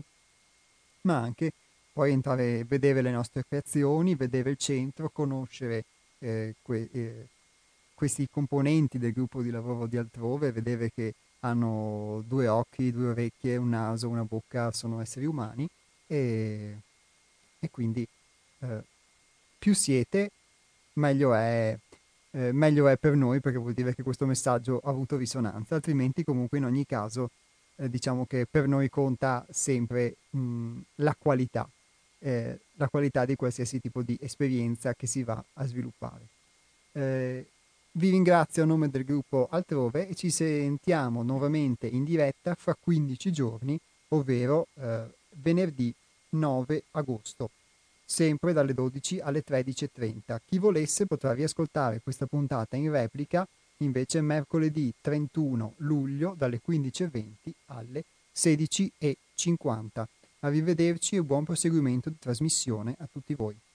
ma anche poi entrare, vedere le nostre creazioni, vedere il centro, conoscere eh, que- eh, questi componenti del gruppo di lavoro di Altrove, vedere che hanno due occhi, due orecchie, un naso, una bocca, sono esseri umani e, e quindi eh, più siete, meglio è, eh, meglio è per noi, perché vuol dire che questo messaggio ha avuto risonanza, altrimenti comunque in ogni caso eh, diciamo che per noi conta sempre mh, la qualità, eh, la qualità di qualsiasi tipo di esperienza che si va a sviluppare. Eh, vi ringrazio a nome del gruppo Altrove e ci sentiamo nuovamente in diretta fra quindici giorni, ovvero eh, venerdì nove agosto, sempre dalle dodici alle tredici e trenta. Chi volesse potrà riascoltare questa puntata in replica invece mercoledì trentuno luglio dalle quindici e venti alle sedici e cinquanta. Arrivederci e buon proseguimento di trasmissione a tutti voi.